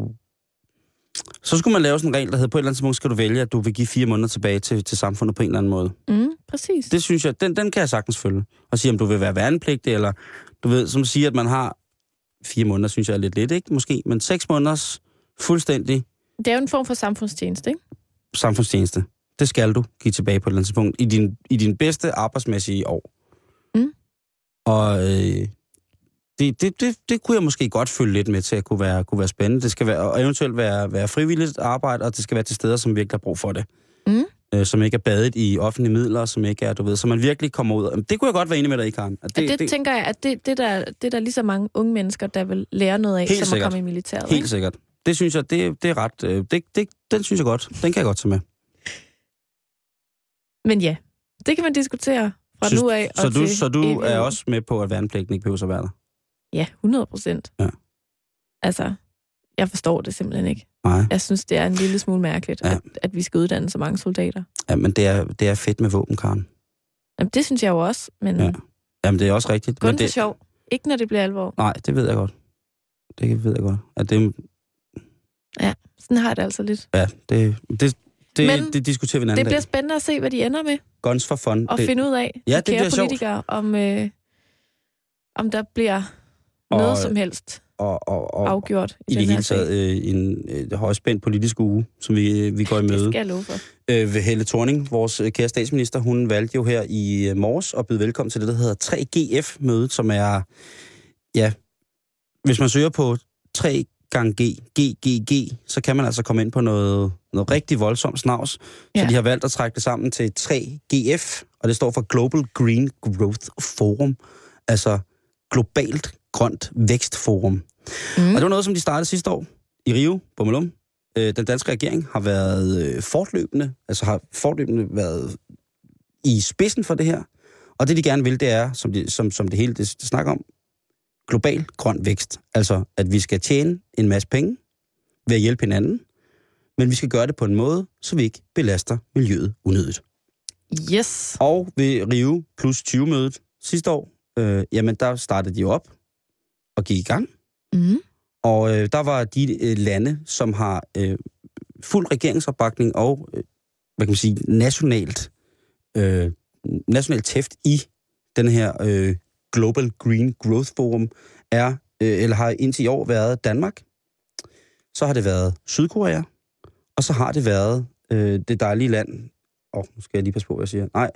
Så skulle man lave sådan en regel, der hedder, på et eller andet tidspunkt skal du vælge, at du vil give fire måneder tilbage til, til samfundet på en eller anden måde.
Mm, præcis.
Det synes jeg, den, den kan jeg sagtens følge. Og sige, om du vil være værnepligtig, eller du ved, som siger, at man har fire måneder, synes jeg er lidt lidt, ikke? Måske, men seks måneders fuldstændig...
Det er jo en form for samfundstjeneste, ikke?
Samfundstjeneste. Det skal du give tilbage på et eller andet tidspunkt i din, i din bedste arbejdsmæssige år. Mm. Og øh, det, det, det, det kunne jeg måske godt følge lidt med til at kunne være, kunne være spændende. Det skal være, og eventuelt være, være frivilligt arbejde, og det skal være til steder, som virkelig har brug for det. Mm. Øh, som ikke er badet i offentlige midler, som ikke er, du ved, så man virkelig kommer ud. Det kunne jeg godt være enig med dig i, Karen.
At det, det, det tænker jeg, at det, det, der, det der er lige så mange unge mennesker, der vil lære noget af, som sikkert. At komme i militæret.
Helt ikke? Sikkert. Det synes jeg, det, det er ret... Det, det, den synes jeg godt. Den kan jeg godt tage med.
Men ja, det kan man diskutere fra synes, nu af.
Så
og
du,
til
så du er også med på, at værnepligten ikke behøver at være der?
Ja, hundrede procent.
Ja.
Altså, jeg forstår det simpelthen ikke.
Nej.
Jeg synes, det er en lille smule mærkeligt, ja. at, at vi skal uddanne så mange soldater.
Ja, men det er, det er fedt med våben, Karen.
Jamen, det synes jeg jo også, men...
Ja. Jamen, det er også rigtigt.
Kun
men
for
det...
sjov. Ikke når det bliver alvor.
Nej, det ved jeg godt. Det ved jeg godt. At det...
Ja, sådan har jeg det altså lidt.
Ja, det, det, Det,
Men
det diskuterer vi en anden
det bliver
dag.
spændende at se, hvad de ender med.
Guns for fun.
Og
det,
finde ud af,
ja,
de
det
kære
bliver
politikere, om, øh, om der bliver noget
og,
som helst
og, og, og,
afgjort i,
i
den
det
her
hele taget
sag.
øh, en øh, højspændt politisk uge, som vi, vi går i møde.
Det skal jeg love for.
Øh, ved Helle Thorning, vores øh, kære statsminister, hun valgte jo her i øh, morges at byde velkommen til det, der hedder tre G F-mødet, som er, ja, hvis man søger på tre gange G, G, G, G, så kan man altså komme ind på noget, noget rigtig voldsomt snavs. Ja. Så de har valgt at trække det sammen til tre G F, og det står for Global Green Growth Forum, altså Globalt Grønt Vækstforum. Mm. Og det var noget, som de startede sidste år i Rio, Bummelum. Den danske regering har været fortløbende, altså har fortløbende været i spidsen for det her. Og det, de gerne vil, det er, som, de, som, som det hele det snakker om, global grøn vækst. Altså, at vi skal tjene en masse penge ved at hjælpe hinanden, men vi skal gøre det på en måde, så vi ikke belaster miljøet unødigt.
Yes.
Og ved Rio plus tyve-mødet sidste år, øh, jamen der startede de jo op og gik i gang.
Mm.
Og øh, der var de øh, lande, som har øh, fuld regeringsopbakning og, øh, hvad kan man sige, nationalt, øh, nationalt tæft i den her øh, Global Green Growth Forum, er, øh, eller har indtil i år været Danmark. Så har det været Sydkorea, og så har det været øh, det dejlige land, åh, oh, nu skal jeg lige passe på, hvad jeg siger, nej,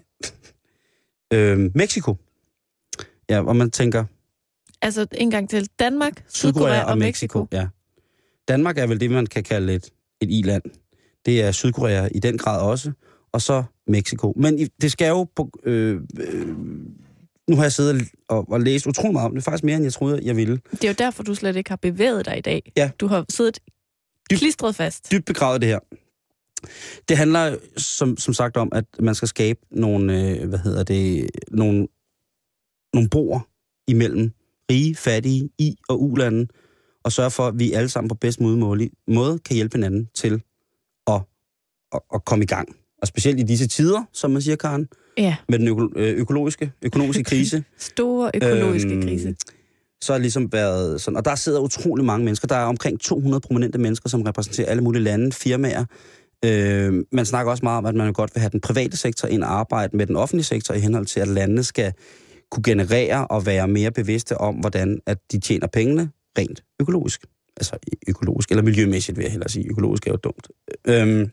øh, Mexico. Ja, og man tænker...
Altså en gang til. Danmark, Sydkorea, Sydkorea og, og Mexico. Mexico.
Ja. Danmark er vel det, man kan kalde et, et i-land. Det er Sydkorea i den grad også, og så Mexico. Men det skal jo... På, øh, øh, nu har jeg siddet og, og læst utrolig meget om det, faktisk mere, end jeg troede, jeg ville.
Det er jo derfor, du slet ikke har bevæget dig i dag.
Ja.
Du har siddet dyb, klistret fast.
Dybt begravet det her. Det handler som, som sagt om, at man skal skabe nogle, øh, hvad hedder det, nogle, nogle broer imellem rige, fattige, i- og u-lande, og sørge for, at vi alle sammen på bedst mulig måde kan hjælpe hinanden til at, at, at komme i gang. Og specielt i disse tider, som man siger, Karen,
ja.
med den øko- økologiske, økonomiske krise.
Store økologiske øhm, krise.
Så har det ligesom været sådan, og der sidder utrolig mange mennesker. Der er omkring to hundrede prominente mennesker, som repræsenterer alle mulige lande, firmaer. Øh, man snakker også meget om, at man godt vil have den private sektor ind og arbejde med den offentlige sektor i henhold til, at landene skal kunne generere og være mere bevidste om, hvordan at de tjener pengene rent økologisk. Altså økologisk, eller miljømæssigt vil jeg hellere sige. Økologisk er jo dumt. Øhm,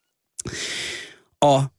og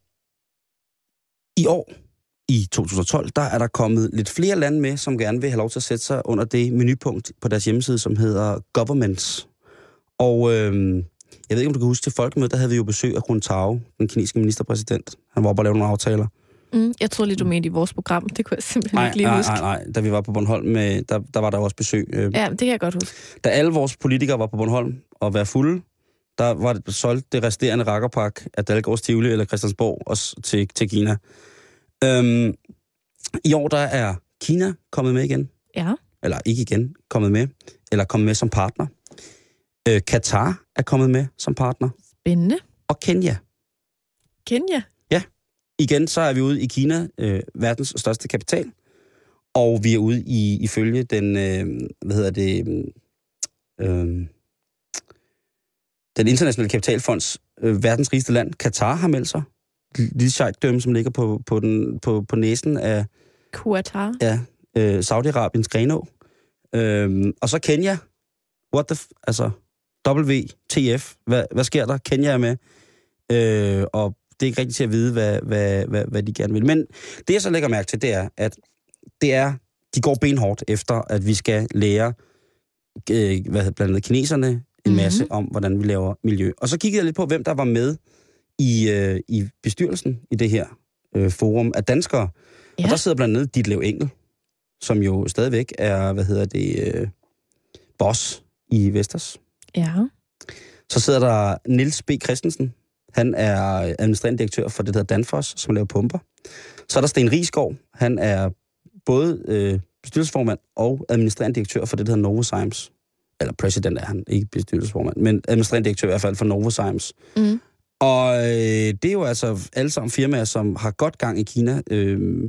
i år, i to tusind og tolv, der er der kommet lidt flere lande med, som gerne vil have lov til at sætte sig under det menupunkt på deres hjemmeside, som hedder Governments. Og øhm, jeg ved ikke, om du kan huske, til folkemødet, der havde vi jo besøg af Hun Tao, den kinesiske ministerpræsident. Han var oppe og lavede nogle aftaler.
Mm, jeg tror lige, du mente i vores program. Det kunne jeg simpelthen
nej,
ikke lige
nej,
huske.
Nej, nej, nej. Da vi var på Bornholm, med, der, der var der også besøg.
Ja, det kan jeg godt huske.
Da alle vores politikere var på Bornholm og var fulde, der var det solgt det resterende rakkerpak af Dalgårds Tivoli eller Christiansborg også til, til Kina. Øhm, I år der er Kina kommet med igen.
Ja. Eller
ikke igen, kommet med. Eller kommet med som partner. Øh, Katar er kommet med som partner.
Spændende.
Og Kenya.
Kenya?
Ja. Igen, så er vi ude i Kina, øh, verdens største kapital. Og vi er ude i ifølge den, øh, hvad hedder det, øh, den internationale kapitalfonds øh, verdens rigeste land. Katar har meldt sig. Lille sheikdømme, som ligger på, på, den, på, på næsen af
Qatar.
Ja, øh, Saudi-Arabiens Grenå. Øh, og så Kenya. What the f- altså, W T F. Hvad, hvad sker der? Kenya er med. Øh, og det er ikke rigtigt til at vide, hvad, hvad, hvad, hvad de gerne vil. Men det, jeg så lægger mærke til, det er, at det er, de går benhårdt efter, at vi skal lære øh, hvad, blandt andet kineserne en mm-hmm. masse om, hvordan vi laver miljø. Og så kiggede jeg lidt på, hvem der var med i, øh, i bestyrelsen i det her øh, forum af danskere. Ja. Og der sidder blandt andet Ditlev Engel, som jo stadigvæk er, hvad hedder det, øh, boss i Vestas.
Ja.
Så sidder der Niels B. Christensen. Han er administrerende direktør for det, der hedder Danfoss, som laver pumper. Så er der Sten Riisgaard. Han er både øh, bestyrelsesformand og administrerende direktør for det, der hedder Novozymes. Eller president er han, ikke bestyrelsesformand, men administrerende direktør i hvert fald for Novozymes. Mm. Og øh, det er jo altså alle sammen firmaer, som har godt gang i Kina. Øh,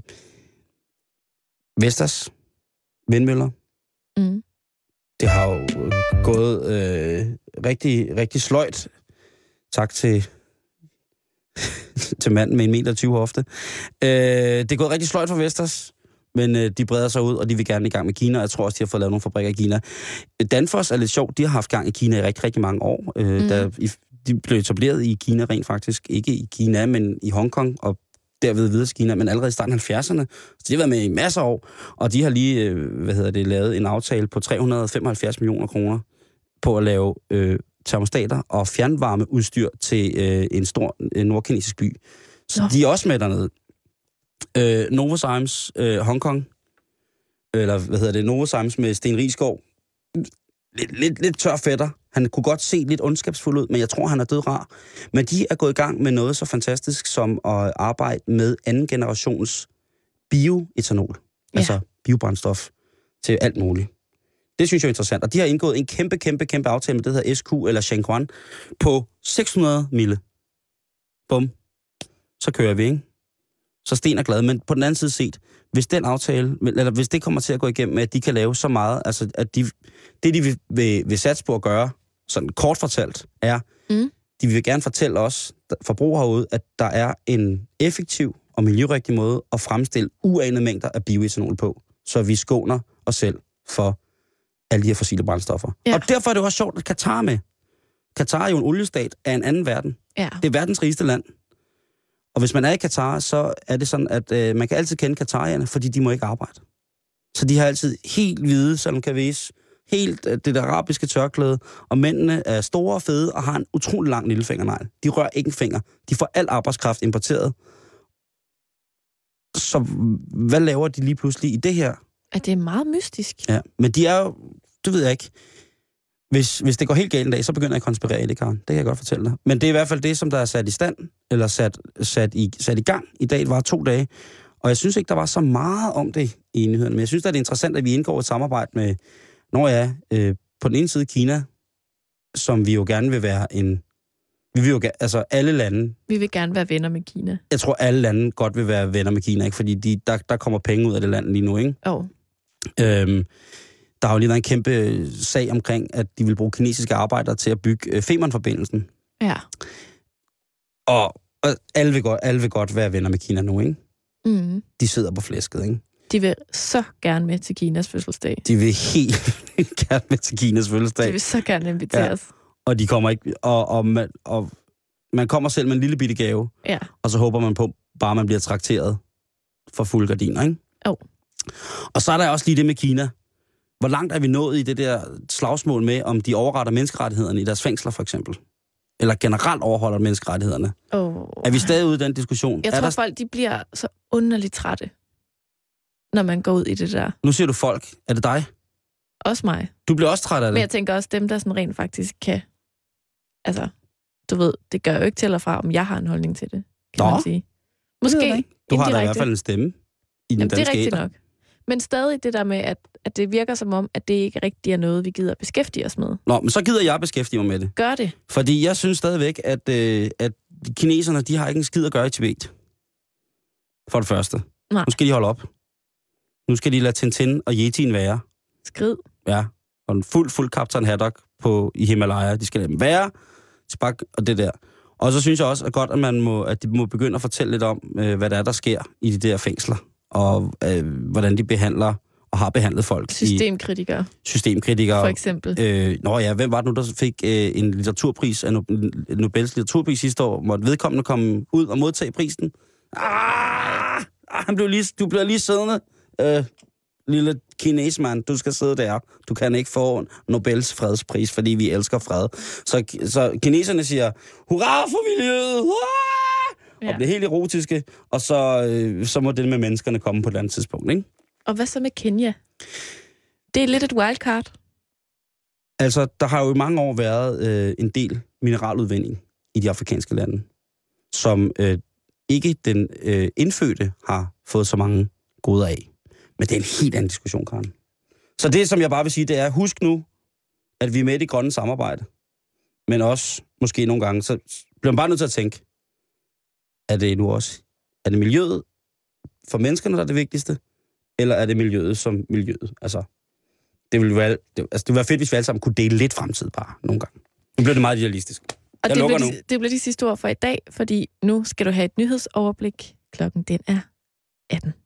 Vestas, vindmøller. Mm. Det har jo gået øh, rigtig, rigtig sløjt. Tak til til manden med en meter tyve hofte. Øh, det er gået rigtig sløjt for Vestas, men øh, de breder sig ud, og de vil gerne i gang med Kina. Jeg tror også, de har fået lavet nogle fabrikker i Kina. Danfoss er lidt sjovt. De har haft gang i Kina i rigtig, rigtig mange år. Øh, mm. der, i, de blev etableret i Kina rent faktisk. Ikke i Kina, men i Hongkong, og derved videre til Kina, men allerede i starten af halvfjerdserne. Så de har været med i masser af år, og de har lige, øh, hvad hedder det, lavet en aftale på tre hundrede og femoghalvfjerds millioner kroner på at lave øh, termostater og fjernvarmeudstyr til øh, en stor øh, nordkinesisk by. Så Nå. de er også med dernede. Øh, Novozymes, øh, Hongkong, eller hvad hedder det, Novozymes med Sten Rigsgaard. Lidt, lidt, lidt tør fætter. Han kunne godt se lidt ondskabsfuld ud, men jeg tror, han er død rar. Men de er gået i gang med noget så fantastisk som at arbejde med anden generations bioetanol. Ja. Altså biobrændstof til alt muligt. Det synes jeg er interessant. Og de har indgået en kæmpe, kæmpe, kæmpe aftale med det her S Q eller Shengguan på seks hundrede mille. Bum. Så kører vi, ikke? Så Sten er glad. Men på den anden side set, hvis den aftale, eller hvis det kommer til at gå igennem, at de kan lave så meget, altså at de, det de vil, vil, vil satse på at gøre, sådan kort fortalt, er, mm. de vil gerne fortælle os, forbrugere herude, at der er en effektiv og miljørigtig måde at fremstille uanede mængder af bioetanol på, så vi skåner os selv for alle de her fossile brændstoffer. Ja. Og derfor er det også sjovt, at Katar er med. Katar er jo en oliestat af en anden verden. Ja. Det er verdens rigeste land. Og hvis man er i Katar, så er det sådan, at øh, man kan altid kende katarierne, fordi de må ikke arbejde. Så de har altid helt hvide, som kan vise, helt øh, det arabiske tørklæde, og mændene er store og fede og har en utrolig lang lillefingernegl. De rører ikke en finger. De får al arbejdskraft importeret. Så hvad laver de lige pludselig i det her?
Ja, det er meget mystisk.
Ja, men de er jo, det ved jeg ikke. Hvis, hvis det går helt galt en dag, så begynder jeg at konspirere i det, Karen. Det kan jeg godt fortælle dig. Men det er i hvert fald det, som der er sat i stand, eller sat, sat, i, sat i gang i dag. Det var to dage. Og jeg synes ikke, der var så meget om det i nyhederne. Men jeg synes, det er interessant, at vi indgår et samarbejde med, når jeg øh, på den ene side Kina, som vi jo gerne vil være en... Vi vil jo gerne, altså alle lande...
Vi vil gerne være venner med Kina.
Jeg tror, alle lande godt vil være venner med Kina, ikke? Fordi de, der, der kommer penge ud af det land lige nu, ikke?
Jo. Oh.
Øhm, Der har jo lige været en kæmpe sag omkring, at de vil bruge kinesiske arbejdere til at bygge Femern-forbindelsen.
Ja.
Og, og alle, vil godt, alle vil godt være venner med Kina nu, ikke?
Mm.
De sidder på flæsket, ikke?
De vil så gerne med til Kinas fødselsdag.
De vil helt gerne med til Kinas fødselsdag.
De vil så gerne inviteres. Ja.
Og de kommer ikke... Og, og, man, og man kommer selv med en lille bitte gave.
Ja.
Og så håber man på, bare man bliver trakteret for fulde gardiner, ikke?
Jo. Oh.
Og så er der også lige det med Kina. Hvor langt er vi nået i det der slagsmål med, om de overretter menneskerettighederne i deres fængsler, for eksempel? Eller generelt overholder menneskerettighederne?
Oh.
Er vi stadig ude i den diskussion?
Jeg
er
tror,
der...
folk de bliver så underligt trætte, når man går ud i det der.
Nu siger du folk. Er det dig?
Også mig.
Du bliver også træt af det?
Men jeg tænker også dem, der sådan rent faktisk kan... Altså, du ved, det gør jo ikke til eller fra, om jeg har en holdning til det, kan Nå. man sige. Måske
Du har da i hvert fald en stemme i den
Jamen,
danske
det er rigtigt
æter.
nok. Men stadig det der med, at, at det virker som om, at det ikke rigtig er noget, vi gider beskæftige os med.
Nå, men så gider jeg beskæftige mig med det.
Gør det.
Fordi jeg synes stadigvæk, at, øh, at kineserne, de har ikke en skid at gøre i Tibet. For det første.
Nej.
Nu skal de holde op. Nu skal de lade Tintin og Yetien være.
Skrid.
Ja, og en fuld, fuld Kaptajn Haddock på, i Himalaya. De skal lade dem være. Spak og det der. Og så synes jeg også, at godt, at, man må, at de må begynde at fortælle lidt om, øh, hvad der er, der sker i de der fængsler. Og øh, hvordan de behandler og har behandlet folk.
Systemkritikere.
I, systemkritikere.
For eksempel.
Øh, nå ja, hvem var det nu, der fik øh, en litteraturpris, af Nobels litteraturpris sidste år? Måtte vedkommende komme ud og modtage prisen? Ah, han blev lige, du bliver lige siddende. Øh, lille kinesmand, du skal sidde der. Du kan ikke få Nobels fredspris, fordi vi elsker fred. Så, så kineserne siger, hurra for miljøet! Hurra! Ja. Og bliver helt erotiske, og så, øh, så må det med menneskerne komme på et andet tidspunkt, ikke?
Og hvad så med Kenya? Det er lidt et wildcard.
Altså, der har jo i mange år været øh, en del mineraludvinding i de afrikanske lande, som øh, ikke den øh, indfødte har fået så mange goder af. Men det er en helt anden diskussion, Karen. Så det, som jeg bare vil sige, det er, husk nu, at vi er med i det grønne samarbejde. Men også, måske nogle gange, så bliver man bare nødt til at tænke, er det nu også, er det miljøet for menneskerne, der er det vigtigste, eller er det miljøet som miljøet? Altså, det ville være, det, altså, det ville være fedt, hvis vi alle sammen kunne dele lidt fremtid bare nogle gange. Nu bliver det meget idealistisk.
Og
Jeg
det
lukker
bliver,
nu.
de, det bliver de sidste ord for i dag, fordi nu skal du have et nyhedsoverblik. Klokken den er atten.